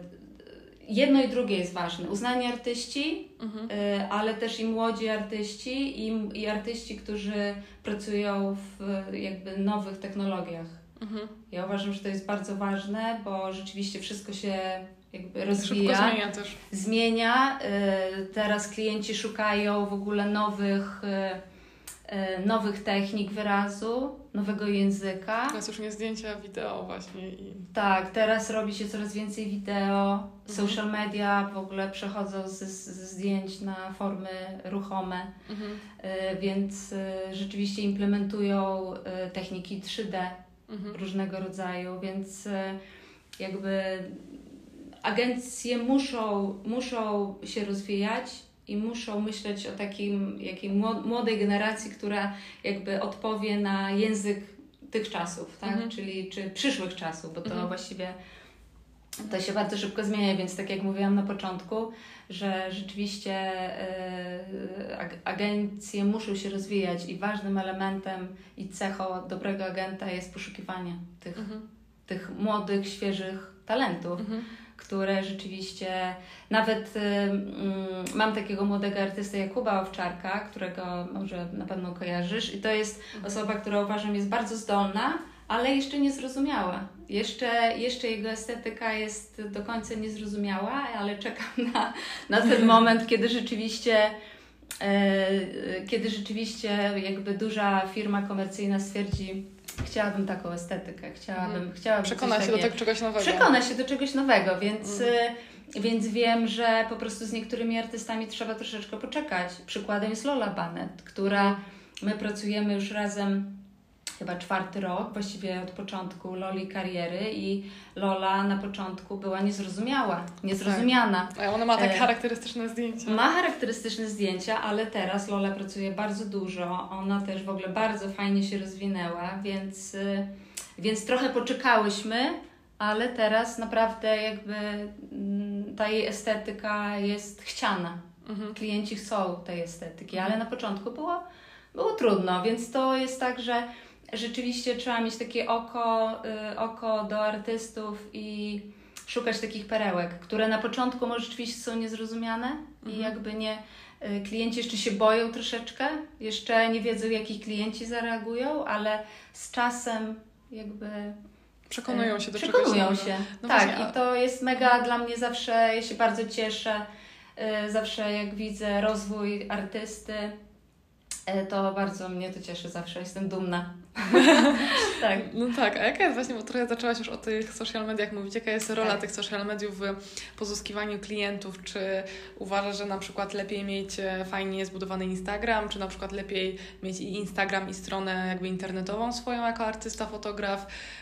jedno i drugie jest ważne. Uznani artyści, mhm. y, ale też i młodzi artyści i, i artyści, którzy pracują w jakby nowych technologiach. Mhm. Ja uważam, że to jest bardzo ważne, bo rzeczywiście wszystko się jakby rozwija. Szybko zmienia też. Zmienia. Y, teraz klienci szukają w ogóle nowych y, y, nowych technik wyrazu, nowego języka. Teraz już nie zdjęcia, wideo właśnie. I... Tak, teraz robi się coraz więcej wideo. Mhm. Social media w ogóle przechodzą ze, ze zdjęć na formy ruchome, mhm. y, więc y, rzeczywiście implementują y, techniki trzy D mhm. różnego rodzaju, więc y, jakby agencje muszą, muszą się rozwijać i muszą myśleć o takim, jakiej młodej generacji, która jakby odpowie na język tych czasów, tak? Mhm. Czyli czy przyszłych czasów, bo to mhm. właściwie to się bardzo szybko zmienia, więc tak jak mówiłam na początku, że rzeczywiście y, agencje muszą się rozwijać i ważnym elementem i cechą dobrego agenta jest poszukiwanie tych, mhm. tych młodych, świeżych talentów. Mhm. które rzeczywiście, nawet y, y, mam takiego młodego artystę Jakuba Owczarka, którego może na pewno kojarzysz, i to jest osoba, która uważam jest bardzo zdolna, ale jeszcze niezrozumiała. Jeszcze, jeszcze jego estetyka jest do końca niezrozumiała, ale czekam na, na ten moment, kiedy rzeczywiście y, kiedy rzeczywiście jakby duża firma komercyjna stwierdzi, chciałabym taką estetykę, chciałabym... Hmm. chciałabym Przekona się do tego czegoś nowego. Przekona się do czegoś nowego, więc, hmm. więc wiem, że po prostu z niektórymi artystami trzeba troszeczkę poczekać. Przykładem jest Lola Bennett, która... My pracujemy już razem chyba czwarty rok, właściwie od początku Loli kariery, i Lola na początku była niezrozumiała, niezrozumiana. Tak. Ona ma tak charakterystyczne zdjęcia. Ma charakterystyczne zdjęcia, ale teraz Lola pracuje bardzo dużo. Ona też w ogóle bardzo fajnie się rozwinęła, więc, więc trochę poczekałyśmy, ale teraz naprawdę jakby ta jej estetyka jest chciana. Mhm. Klienci chcą tej estetyki, ale na początku było, było trudno, więc to jest tak, że rzeczywiście trzeba mieć takie oko, y, oko do artystów i szukać takich perełek, które na początku może rzeczywiście są niezrozumiane mhm. i jakby nie, y, klienci jeszcze się boją troszeczkę, jeszcze nie wiedzą, jakich klienci zareagują, ale z czasem jakby przekonują się do przekonują czegoś się. No tak, właśnie, a... i to jest mega dla mnie zawsze, ja się bardzo cieszę, y, zawsze jak widzę rozwój artysty, to bardzo mnie to cieszy zawsze, jestem dumna. Tak. No tak, a jaka jest właśnie, bo trochę zaczęłaś już o tych social mediach mówić, jaka jest rola tak. tych social mediów w pozyskiwaniu klientów? Czy uważasz, że na przykład lepiej mieć fajnie zbudowany Instagram, czy na przykład lepiej mieć i Instagram, i stronę jakby internetową swoją jako artysta, fotograf?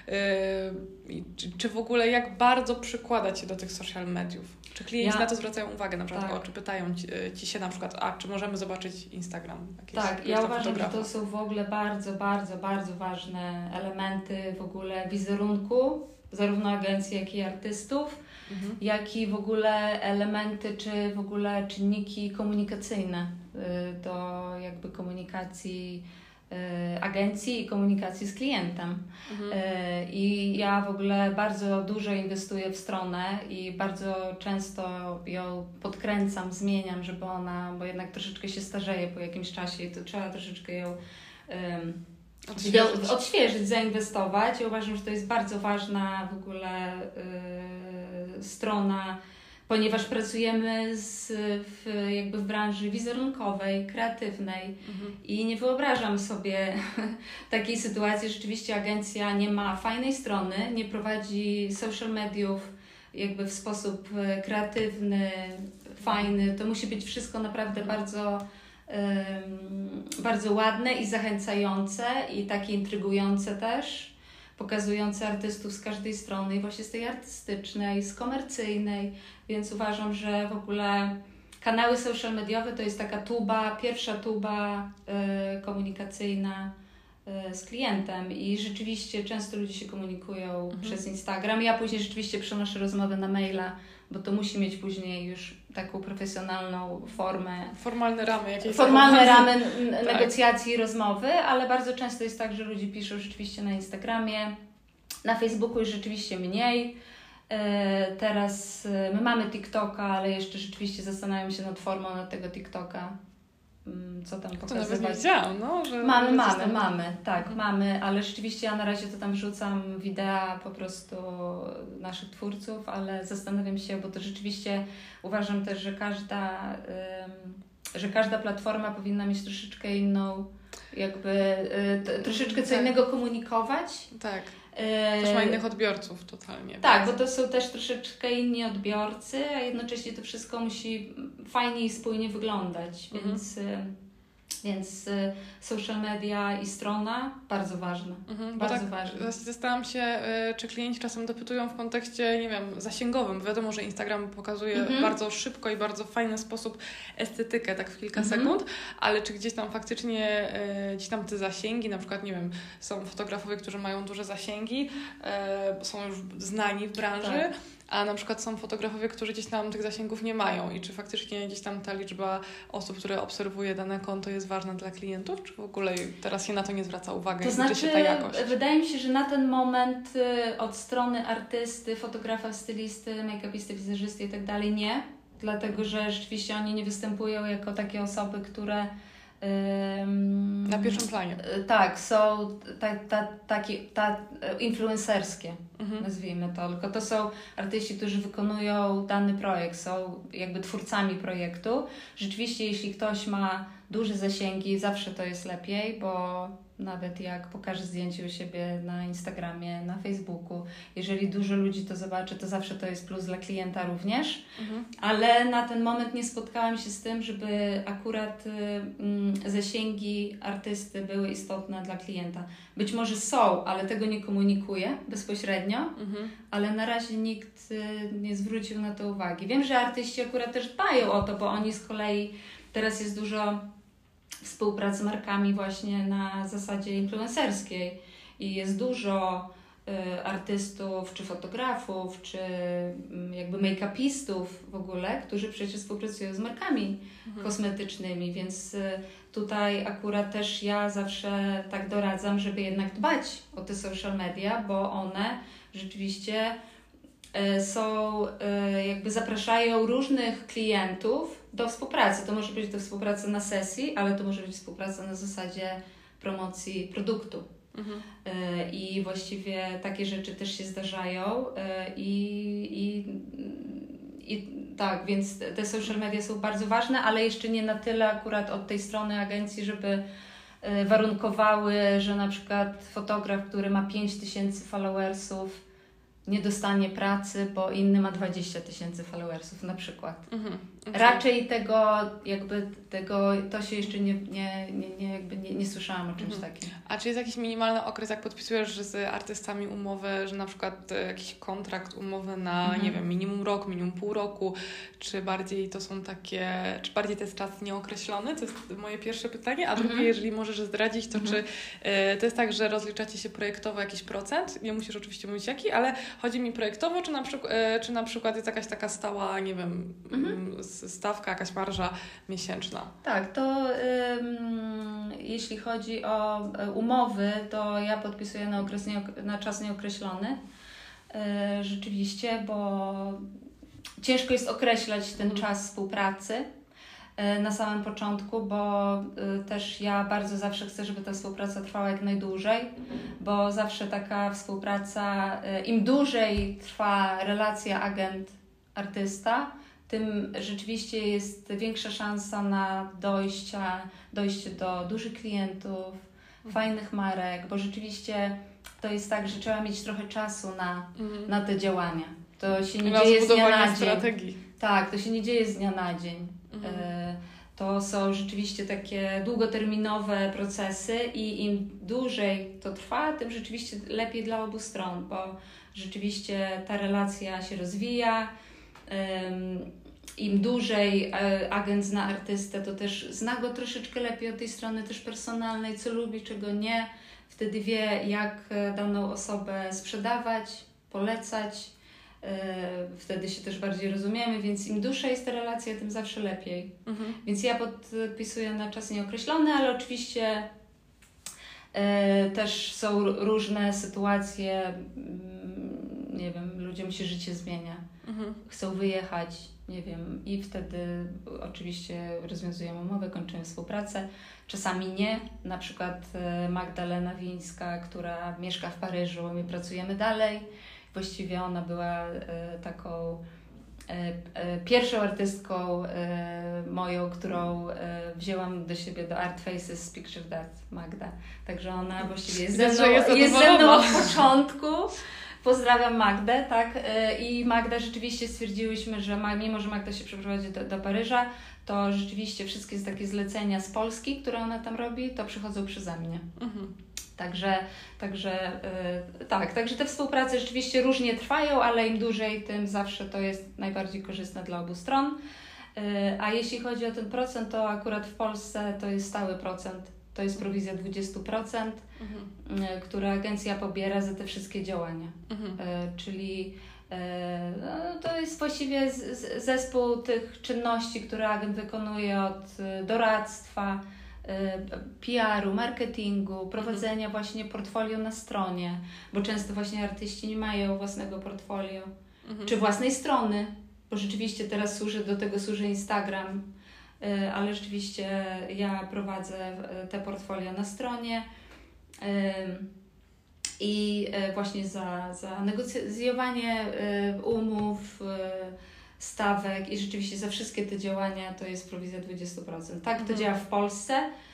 Yy, czy, czy w ogóle jak bardzo przykładać się do tych social mediów? Czy klienci ja, na to zwracają uwagę na przykład, tak. o, czy pytają ci, ci się na przykład, a czy możemy zobaczyć Instagram? Jakieś, tak, ja uważam, fotografa? Że to są w ogóle bardzo, bardzo, bardzo ważne elementy w ogóle wizerunku, zarówno agencji, jak i artystów, mhm. jak i w ogóle elementy, czy w ogóle czynniki komunikacyjne do jakby komunikacji agencji i komunikacji z klientem. Mhm. I ja w ogóle bardzo dużo inwestuję w stronę i bardzo często ją podkręcam, zmieniam, żeby ona, bo jednak troszeczkę się starzeje po jakimś czasie i to trzeba troszeczkę ją um, odświeżyć. odświeżyć, zainwestować. I uważam, że to jest bardzo ważna w ogóle yy, strona, ponieważ pracujemy z, w, jakby w branży wizerunkowej, kreatywnej mhm. i nie wyobrażam sobie takiej sytuacji, że rzeczywiście agencja nie ma fajnej strony, nie prowadzi social mediów jakby w sposób kreatywny, fajny. To musi być wszystko naprawdę mhm. bardzo, um, bardzo ładne i zachęcające i takie intrygujące też, pokazujące artystów z każdej strony i właśnie z tej artystycznej, z komercyjnej, więc uważam, że w ogóle kanały social mediowe to jest taka tuba, pierwsza tuba y, komunikacyjna y, z klientem i rzeczywiście często ludzie się komunikują mhm. przez Instagram. Ja później rzeczywiście przenoszę rozmowę na maila, bo to musi mieć później już taką profesjonalną formę. Formalne ramy jakieś. Formalne ramy n- tak. negocjacji i rozmowy, ale bardzo często jest tak, że ludzie piszą rzeczywiście na Instagramie, na Facebooku już rzeczywiście mniej. Teraz my mamy TikToka, ale jeszcze rzeczywiście zastanawiam się nad formą na tego TikToka. Co tam pokazywać. To nawet nie widziałam, no. Że mamy, że mamy, tam... mamy, tak, mhm. mamy, ale rzeczywiście ja na razie to tam wrzucam wideo po prostu naszych twórców, ale zastanawiam się, bo to rzeczywiście uważam też, że każda, ym, że każda platforma powinna mieć troszeczkę inną, jakby y, t, troszeczkę co tak. innego komunikować. Tak. Też ma innych odbiorców totalnie. Tak, więc. Bo to są też troszeczkę inni odbiorcy, a jednocześnie to wszystko musi fajnie i spójnie wyglądać, mhm. więc, więc social media i strona bardzo ważne. Mhm, bardzo tak, ważne. Właśnie zastanawiam się, czy klienci czasem dopytują w kontekście, nie wiem, zasięgowym. Wiadomo, że Instagram pokazuje mhm. bardzo szybko i bardzo fajny sposób estetykę, tak w kilka mhm. sekund, ale czy gdzieś tam faktycznie gdzieś tam te zasięgi, na przykład, nie wiem, są fotografowie, którzy mają duże zasięgi, są już znani w branży, tak. a na przykład są fotografowie, którzy gdzieś tam tych zasięgów nie mają i czy faktycznie gdzieś tam ta liczba osób, które obserwuje dane konto jest ważna dla klientów, czy w ogóle teraz się na to nie zwraca uwagi, to znaczy, się ta jakość? Wydaje mi się, że na ten moment od strony artysty, fotografa, stylisty, make-upisty, wizerzysty i tak dalej nie, dlatego że rzeczywiście oni nie występują jako takie osoby, które Um, na pierwszym planie. Tak, są ta, ta, takie ta, influencerskie, mhm. nazwijmy to, tylko to są artyści, którzy wykonują dany projekt, są jakby twórcami projektu. Rzeczywiście, jeśli ktoś ma duże zasięgi, zawsze to jest lepiej, bo nawet jak pokaże zdjęcie u siebie na Instagramie, na Facebooku, jeżeli dużo ludzi to zobaczy, to zawsze to jest plus dla klienta również, mhm. ale na ten moment nie spotkałam się z tym, żeby akurat y, y, zasięgi artysty były istotne dla klienta. Być może są, ale tego nie komunikuje bezpośrednio, mhm. ale na razie nikt y, nie zwrócił na to uwagi. Wiem, że artyści akurat też dbają o to, bo oni z kolei, teraz jest dużo współpracy z markami właśnie na zasadzie influencerskiej i jest dużo y, artystów, czy fotografów, czy y, jakby make-upistów w ogóle, którzy przecież współpracują z markami mhm. kosmetycznymi, więc y, tutaj akurat też ja zawsze tak doradzam, żeby jednak dbać o te social media, bo one rzeczywiście y, są, y, jakby zapraszają różnych klientów do współpracy. To może być do współpracy na sesji, ale to może być współpraca na zasadzie promocji produktu. Mhm. I właściwie takie rzeczy też się zdarzają i, i, i tak, więc te social media są bardzo ważne, ale jeszcze nie na tyle akurat od tej strony agencji, żeby warunkowały, że na przykład fotograf, który ma pięć tysięcy followersów, nie dostanie pracy, bo inny ma dwadzieścia tysięcy followersów na przykład. Mhm, okay. Raczej tego, jakby tego, to się jeszcze nie, nie, nie, nie, jakby nie, nie słyszałam o czymś mhm. takim. A czy jest jakiś minimalny okres, jak podpisujesz z artystami umowę, że na przykład jakiś kontrakt, umowę na, mhm. nie wiem, minimum rok, minimum pół roku, czy bardziej to są takie, czy bardziej to jest czas nieokreślony? To jest moje pierwsze pytanie. A drugie, mhm. jeżeli możesz zdradzić, to mhm. czy y, to jest tak, że rozliczacie się projektowo jakiś procent? Nie musisz oczywiście mówić jaki, ale chodzi mi projektowo, czy na, przykład, czy na przykład jest jakaś taka stała, nie wiem, mhm. stawka, jakaś marża miesięczna? Tak, to ym, jeśli chodzi o umowy, to ja podpisuję na, okres nie, na czas nieokreślony. Yy, rzeczywiście, bo ciężko jest określać ten mhm. czas współpracy yy, na samym początku, bo yy, też ja bardzo zawsze chcę, żeby ta współpraca trwała jak najdłużej, bo zawsze taka współpraca, im dłużej trwa relacja agent-artysta, tym rzeczywiście jest większa szansa na dojścia, dojście do dużych klientów, mhm. fajnych marek, bo rzeczywiście to jest tak, że trzeba mieć trochę czasu na, mhm. na te działania. To się nie na dzieje z dnia na dzień. Strategii. Tak, to się nie dzieje z dnia na dzień. Mhm. To są rzeczywiście takie długoterminowe procesy i im dłużej to trwa, tym rzeczywiście lepiej dla obu stron, bo rzeczywiście ta relacja się rozwija. im dłużej agent zna artystę, to też zna go troszeczkę lepiej od tej strony też personalnej, co lubi, czego nie. Wtedy wie, jak daną osobę sprzedawać, polecać. Wtedy się też bardziej rozumiemy, więc im dłuższa jest ta relacja, tym zawsze lepiej. Mhm. Więc ja podpisuję na czas nieokreślony, ale oczywiście e, też są różne sytuacje, nie wiem, ludziom się życie zmienia. Mhm. Chcą wyjechać, nie wiem, i wtedy oczywiście rozwiązujemy umowę, kończymy współpracę. Czasami nie, na przykład Magdalena Wińska, która mieszka w Paryżu, my pracujemy dalej. Właściwie ona była e, taką e, e, pierwszą artystką e, moją, którą e, wzięłam do siebie do Art Faces z Picture Art, Magda. Także ona właściwie jest ze mną, jest jest ze mną od początku. Pozdrawiam Magdę, tak? E, I Magda rzeczywiście stwierdziłyśmy, że ma, mimo, że Magda się przeprowadzi do, do Paryża, to rzeczywiście wszystkie takie zlecenia z Polski, które ona tam robi, to przychodzą przeze mnie. Mhm. Także, także yy, tak, także te współprace rzeczywiście różnie trwają, ale im dłużej, tym zawsze to jest najbardziej korzystne dla obu stron. Yy, a jeśli chodzi o ten procent, to akurat w Polsce to jest stały procent, to jest prowizja dwadzieścia procent, mhm. yy, które agencja pobiera za te wszystkie działania. Mhm. Yy, czyli yy, no, to jest właściwie z, z, zespół tych czynności, które agent wykonuje, od yy, doradztwa, P R u, marketingu, prowadzenia mhm. właśnie portfolio na stronie, bo często właśnie artyści nie mają własnego portfolio, mhm. czy własnej strony, bo rzeczywiście teraz służy, do tego służy Instagram, ale rzeczywiście ja prowadzę te portfolio na stronie i właśnie za, za negocjowanie umów, stawek i rzeczywiście za wszystkie te działania to jest prowizja dwadzieścia procent. Tak to mhm. działa w Polsce.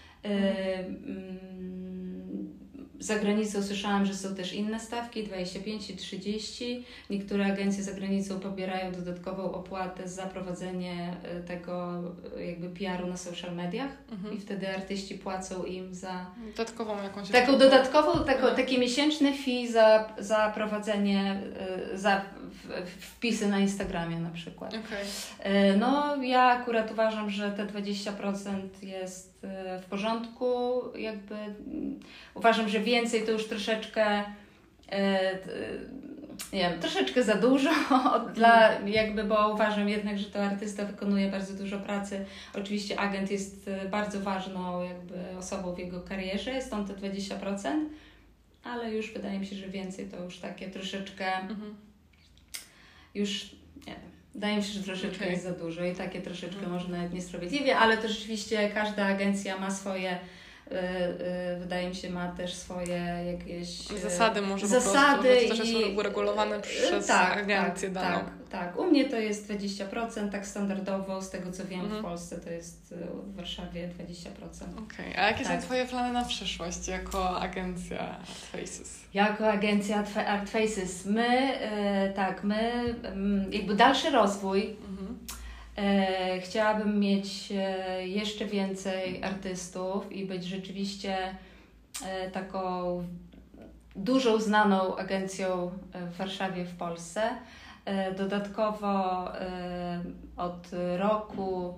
Mhm. Za granicą słyszałam, że są też inne stawki, dwadzieścia pięć i trzydzieści. Niektóre agencje za granicą pobierają dodatkową opłatę za prowadzenie tego jakby P R u na social mediach mhm. i wtedy artyści płacą im za dodatkową jakąś taką dodatkową, taką, mhm. takie miesięczne fee za, za prowadzenie, za wpisy na Instagramie na przykład. Okay. No ja akurat uważam, że te dwadzieścia procent jest w porządku, jakby uważam, że więcej to już troszeczkę nie wiem, troszeczkę za dużo dla jakby, bo uważam jednak, że to artysta wykonuje bardzo dużo pracy. Oczywiście agent jest bardzo ważną jakby osobą w jego karierze, stąd te dwadzieścia procent, ale już wydaje mi się, że więcej to już takie troszeczkę mhm. już nie wiem. Wydaje mi się, że troszeczkę okay. jest za dużo i takie troszeczkę hmm. może nawet niesprawiedliwie, ale to rzeczywiście każda agencja ma swoje, yy, yy, wydaje mi się, ma też swoje jakieś yy, zasady może zasady po prostu, to też i... jest uregulowane przez tak, agencję tak, daną. Tak, tak. U mnie to jest dwadzieścia procent, tak standardowo, z tego co wiem hmm. w Polsce to jest w Warszawie dwadzieścia procent. Okej, okay. A jakie tak. są Twoje plany na przyszłość jako agencja Art Faces? Jako agencja Art Faces, my, yy, tak, my yy, jakby dalszy rozwój. Mhm. Yy, chciałabym mieć yy, jeszcze więcej artystów i być rzeczywiście yy, taką dużą znaną agencją w Warszawie, w Polsce. Yy, dodatkowo yy, od roku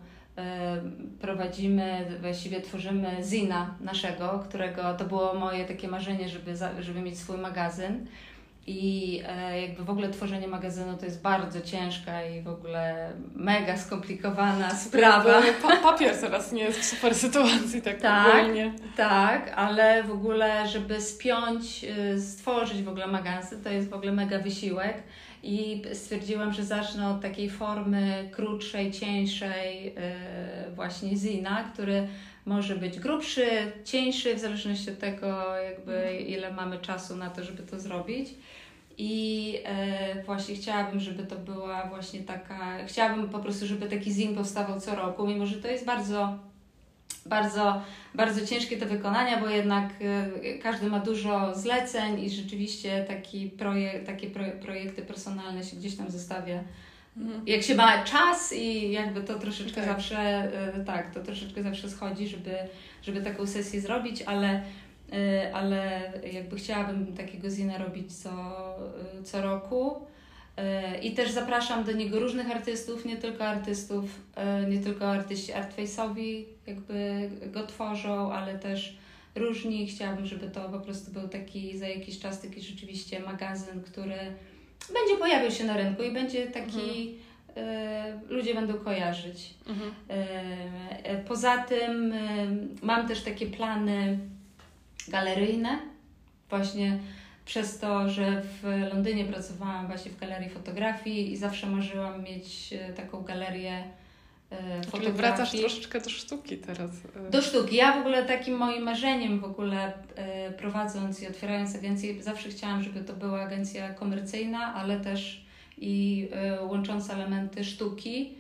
prowadzimy, właściwie tworzymy zina naszego, którego to było moje takie marzenie, żeby, za, żeby mieć swój magazyn i e, jakby w ogóle tworzenie magazynu to jest bardzo ciężka i w ogóle mega skomplikowana sprawa. Pa- papier teraz nie jest w super sytuacji tak, tak ogólnie. Tak, ale w ogóle żeby spiąć, stworzyć w ogóle magazyn to jest w ogóle mega wysiłek. I stwierdziłam, że zacznę od takiej formy krótszej, cieńszej yy, właśnie zina, który może być grubszy, cieńszy, w zależności od tego, jakby ile mamy czasu na to, żeby to zrobić. I yy, właśnie chciałabym, żeby to była właśnie taka, chciałabym po prostu, żeby taki zin powstawał co roku, mimo że to jest bardzo Bardzo, bardzo ciężkie do wykonania, bo jednak y, każdy ma dużo zleceń i rzeczywiście taki projek- takie pro- projekty personalne się gdzieś tam zostawia. Mhm. Jak się ma czas i jakby to troszeczkę tak. zawsze, y, tak, to troszeczkę zawsze schodzi, żeby, żeby taką sesję zrobić, ale, y, ale jakby chciałabym takiego zina robić co, y, co roku. I też zapraszam do niego różnych artystów, nie tylko artystów, nie tylko artyści artface'owi jakby go tworzą, ale też różni. Chciałabym, żeby to po prostu był taki za jakiś czas taki rzeczywiście magazyn, który będzie pojawiał się na rynku i będzie taki, mhm. y, ludzie będą kojarzyć. Mhm. Y, poza tym y, mam też takie plany galeryjne, właśnie przez to, że w Londynie pracowałam właśnie w galerii fotografii i zawsze marzyłam mieć taką galerię fotografii. Czyli wracasz troszeczkę do sztuki teraz. Do sztuki. Ja w ogóle takim moim marzeniem w ogóle prowadząc i otwierając agencję, zawsze chciałam, żeby to była agencja komercyjna, ale też i łącząca elementy sztuki.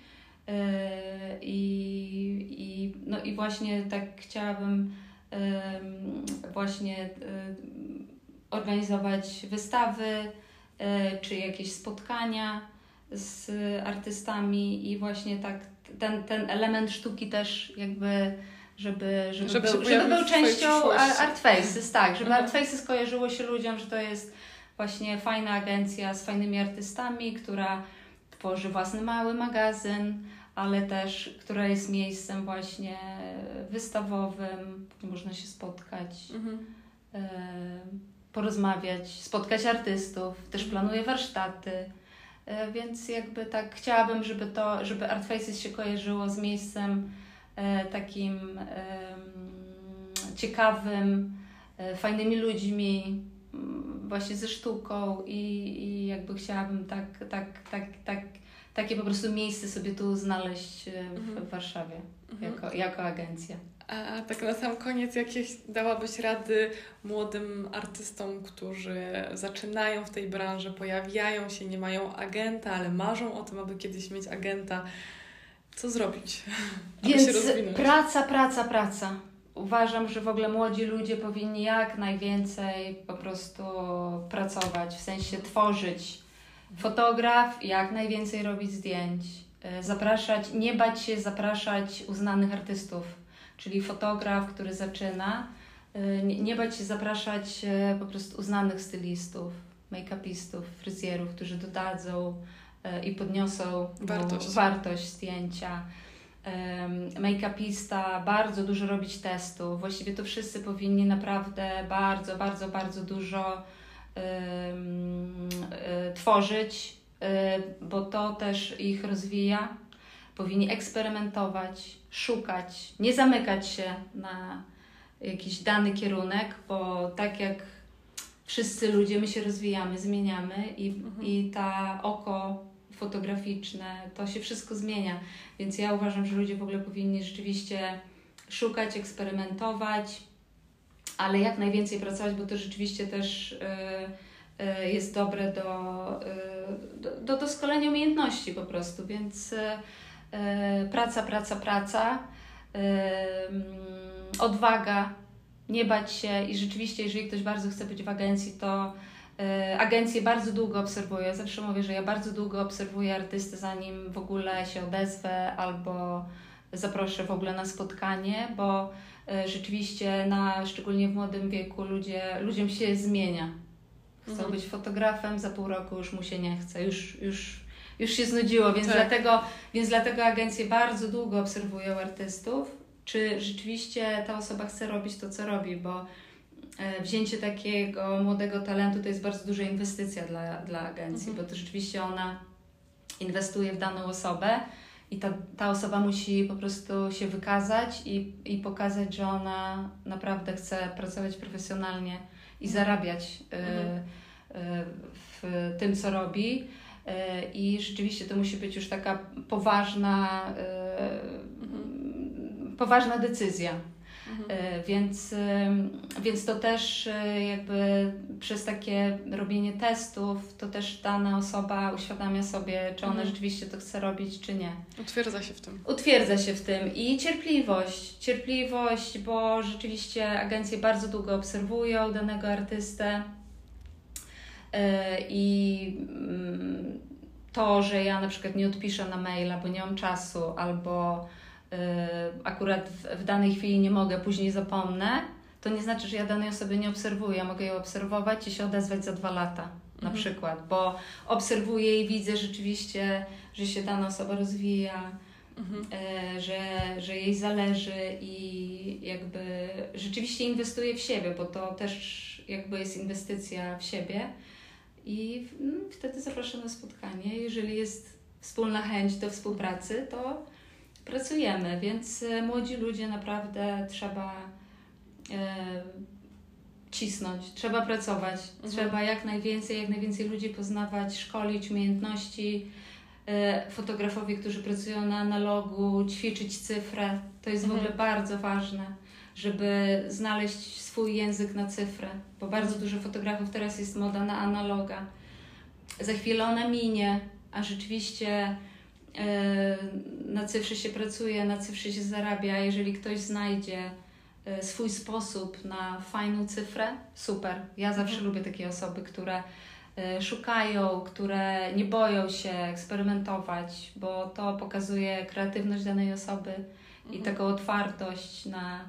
I, i, no i właśnie tak chciałabym właśnie organizować wystawy czy jakieś spotkania z artystami i właśnie tak ten, ten element sztuki też jakby, żeby, żeby, żeby był, żeby był częścią Artfaces, tak, żeby mhm. Artfaces skojarzyło się ludziom, że to jest właśnie fajna agencja z fajnymi artystami, która tworzy własny mały magazyn, ale też, która jest miejscem właśnie wystawowym, gdzie można się spotkać, mhm. y, porozmawiać, spotkać artystów, też planuję warsztaty. Więc jakby tak chciałabym, żeby to, żeby Artfaces się kojarzyło z miejscem e, takim e, ciekawym, e, fajnymi ludźmi, właśnie ze sztuką i, i jakby chciałabym tak, tak, tak, tak, takie po prostu miejsce sobie tu znaleźć w, mhm. w Warszawie mhm. jako, jako agencja. A tak na sam koniec, jakieś dałabyś rady młodym artystom, którzy zaczynają w tej branży, pojawiają się, nie mają agenta, ale marzą o tym, aby kiedyś mieć agenta. Co zrobić, aby Więc się rozwinąć? praca, praca, praca. Uważam, że w ogóle młodzi ludzie powinni jak najwięcej po prostu pracować, w sensie tworzyć. Fotograf, jak najwięcej robić zdjęć, zapraszać, nie bać się zapraszać uznanych artystów. Czyli fotograf, który zaczyna, nie, nie bać się zapraszać po prostu uznanych stylistów, make-upistów, fryzjerów, którzy dodadzą i podniosą wartość, wartość zdjęcia. Make-upista, bardzo dużo robić testów. Właściwie to wszyscy powinni naprawdę bardzo, bardzo, bardzo dużo um, tworzyć, bo to też ich rozwija. Powinni eksperymentować, szukać, nie zamykać się na jakiś dany kierunek, bo tak jak wszyscy ludzie, my się rozwijamy, zmieniamy i, mhm. i ta oko fotograficzne, to się wszystko zmienia. Więc ja uważam, że ludzie w ogóle powinni rzeczywiście szukać, eksperymentować, ale jak najwięcej pracować, bo to rzeczywiście też y, y, jest dobre do, y, do, do doskonalenia umiejętności po prostu, więc y, praca, praca, praca, yy, odwaga, nie bać się i rzeczywiście, jeżeli ktoś bardzo chce być w agencji, to yy, agencje bardzo długo obserwuję. Ja zawsze mówię, że ja bardzo długo obserwuję artystę, zanim w ogóle się odezwę albo zaproszę w ogóle na spotkanie, bo yy, rzeczywiście na, szczególnie w młodym wieku ludzie, ludziom się zmienia. Chcą mhm. być fotografem, za pół roku już mu się nie chce, już, już Już się znudziło, więc, tak. dlatego, więc dlatego agencje bardzo długo obserwują artystów, czy rzeczywiście ta osoba chce robić to, co robi, bo wzięcie takiego młodego talentu to jest bardzo duża inwestycja dla, dla agencji, mhm. bo to rzeczywiście ona inwestuje w daną osobę i ta, ta osoba musi po prostu się wykazać i, i pokazać, że ona naprawdę chce pracować profesjonalnie i zarabiać mhm. y, y, w tym, co robi. I rzeczywiście to musi być już taka poważna, mhm. poważna decyzja. Mhm. Więc, więc to też jakby przez takie robienie testów, to też dana osoba uświadamia sobie, czy ona mhm. rzeczywiście to chce robić, czy nie. Utwierdza się w tym. Utwierdza się w tym. I cierpliwość. Cierpliwość, bo rzeczywiście agencje bardzo długo obserwują danego artystę. I to, że ja na przykład nie odpiszę na maila, bo nie mam czasu, albo akurat w, w danej chwili nie mogę, później zapomnę, to nie znaczy, że ja danej osoby nie obserwuję. Ja mogę ją obserwować i się odezwać za dwa lata. na mhm. przykład, bo obserwuję i widzę rzeczywiście, że się dana osoba rozwija, mhm. e, że, że jej zależy i jakby rzeczywiście inwestuje w siebie, bo to też jakby jest inwestycja w siebie i no, wtedy zapraszam na spotkanie. Jeżeli jest wspólna chęć do współpracy, to pracujemy, więc e, młodzi ludzie naprawdę trzeba e, cisnąć, trzeba pracować, mhm. trzeba jak najwięcej, jak najwięcej ludzi poznawać, szkolić umiejętności. E, fotografowie, którzy pracują na analogu, ćwiczyć cyfrę, to jest mhm. w ogóle bardzo ważne, żeby znaleźć swój język na cyfrę, bo bardzo dużo fotografów teraz jest moda na analoga. Za chwilę ona minie, a rzeczywiście e, na cyfrze się pracuje, na cyfrze się zarabia. Jeżeli ktoś znajdzie e, swój sposób na fajną cyfrę, super. Ja zawsze mhm. lubię takie osoby, które e, szukają, które nie boją się eksperymentować, bo to pokazuje kreatywność danej osoby mhm. i taką otwartość na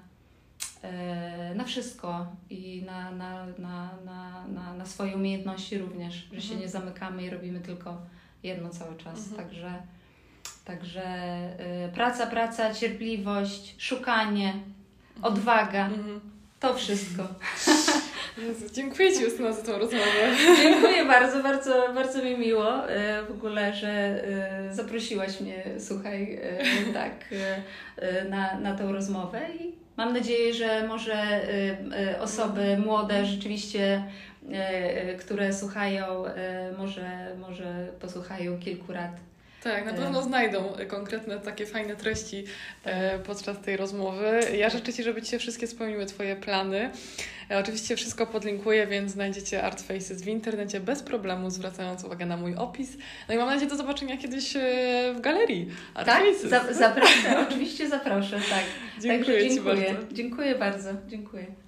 na wszystko i na, na, na, na, na, na swoje umiejętności również, że mhm. się nie zamykamy i robimy tylko jedno cały czas. Mhm. Także, także y, praca, praca, cierpliwość, szukanie, mhm. odwaga, mhm. to wszystko. Jezu, dziękuję Ci, Justyna, za tą rozmowę. Dziękuję bardzo, bardzo, bardzo mi miło y, w ogóle, że y, zaprosiłaś mnie, słuchaj, y, tak, y, na, na tą rozmowę i mam nadzieję, że może y, y, osoby młode rzeczywiście, y, y, które słuchają, y, może, może posłuchają kilku rad. Tak, na pewno znajdą konkretne takie fajne treści e, podczas tej rozmowy. Ja życzę Ci, żeby Ci się wszystkie spełniły Twoje plany. E, oczywiście wszystko podlinkuję, więc znajdziecie Art Faces w internecie bez problemu, zwracając uwagę na mój opis. No i mam nadzieję do zobaczenia kiedyś e, w galerii Art tak? Faces. Tak, zapraszam, oczywiście zaproszę, tak. Dziękuję Także Ci dziękuję. bardzo. Dziękuję bardzo, dziękuję.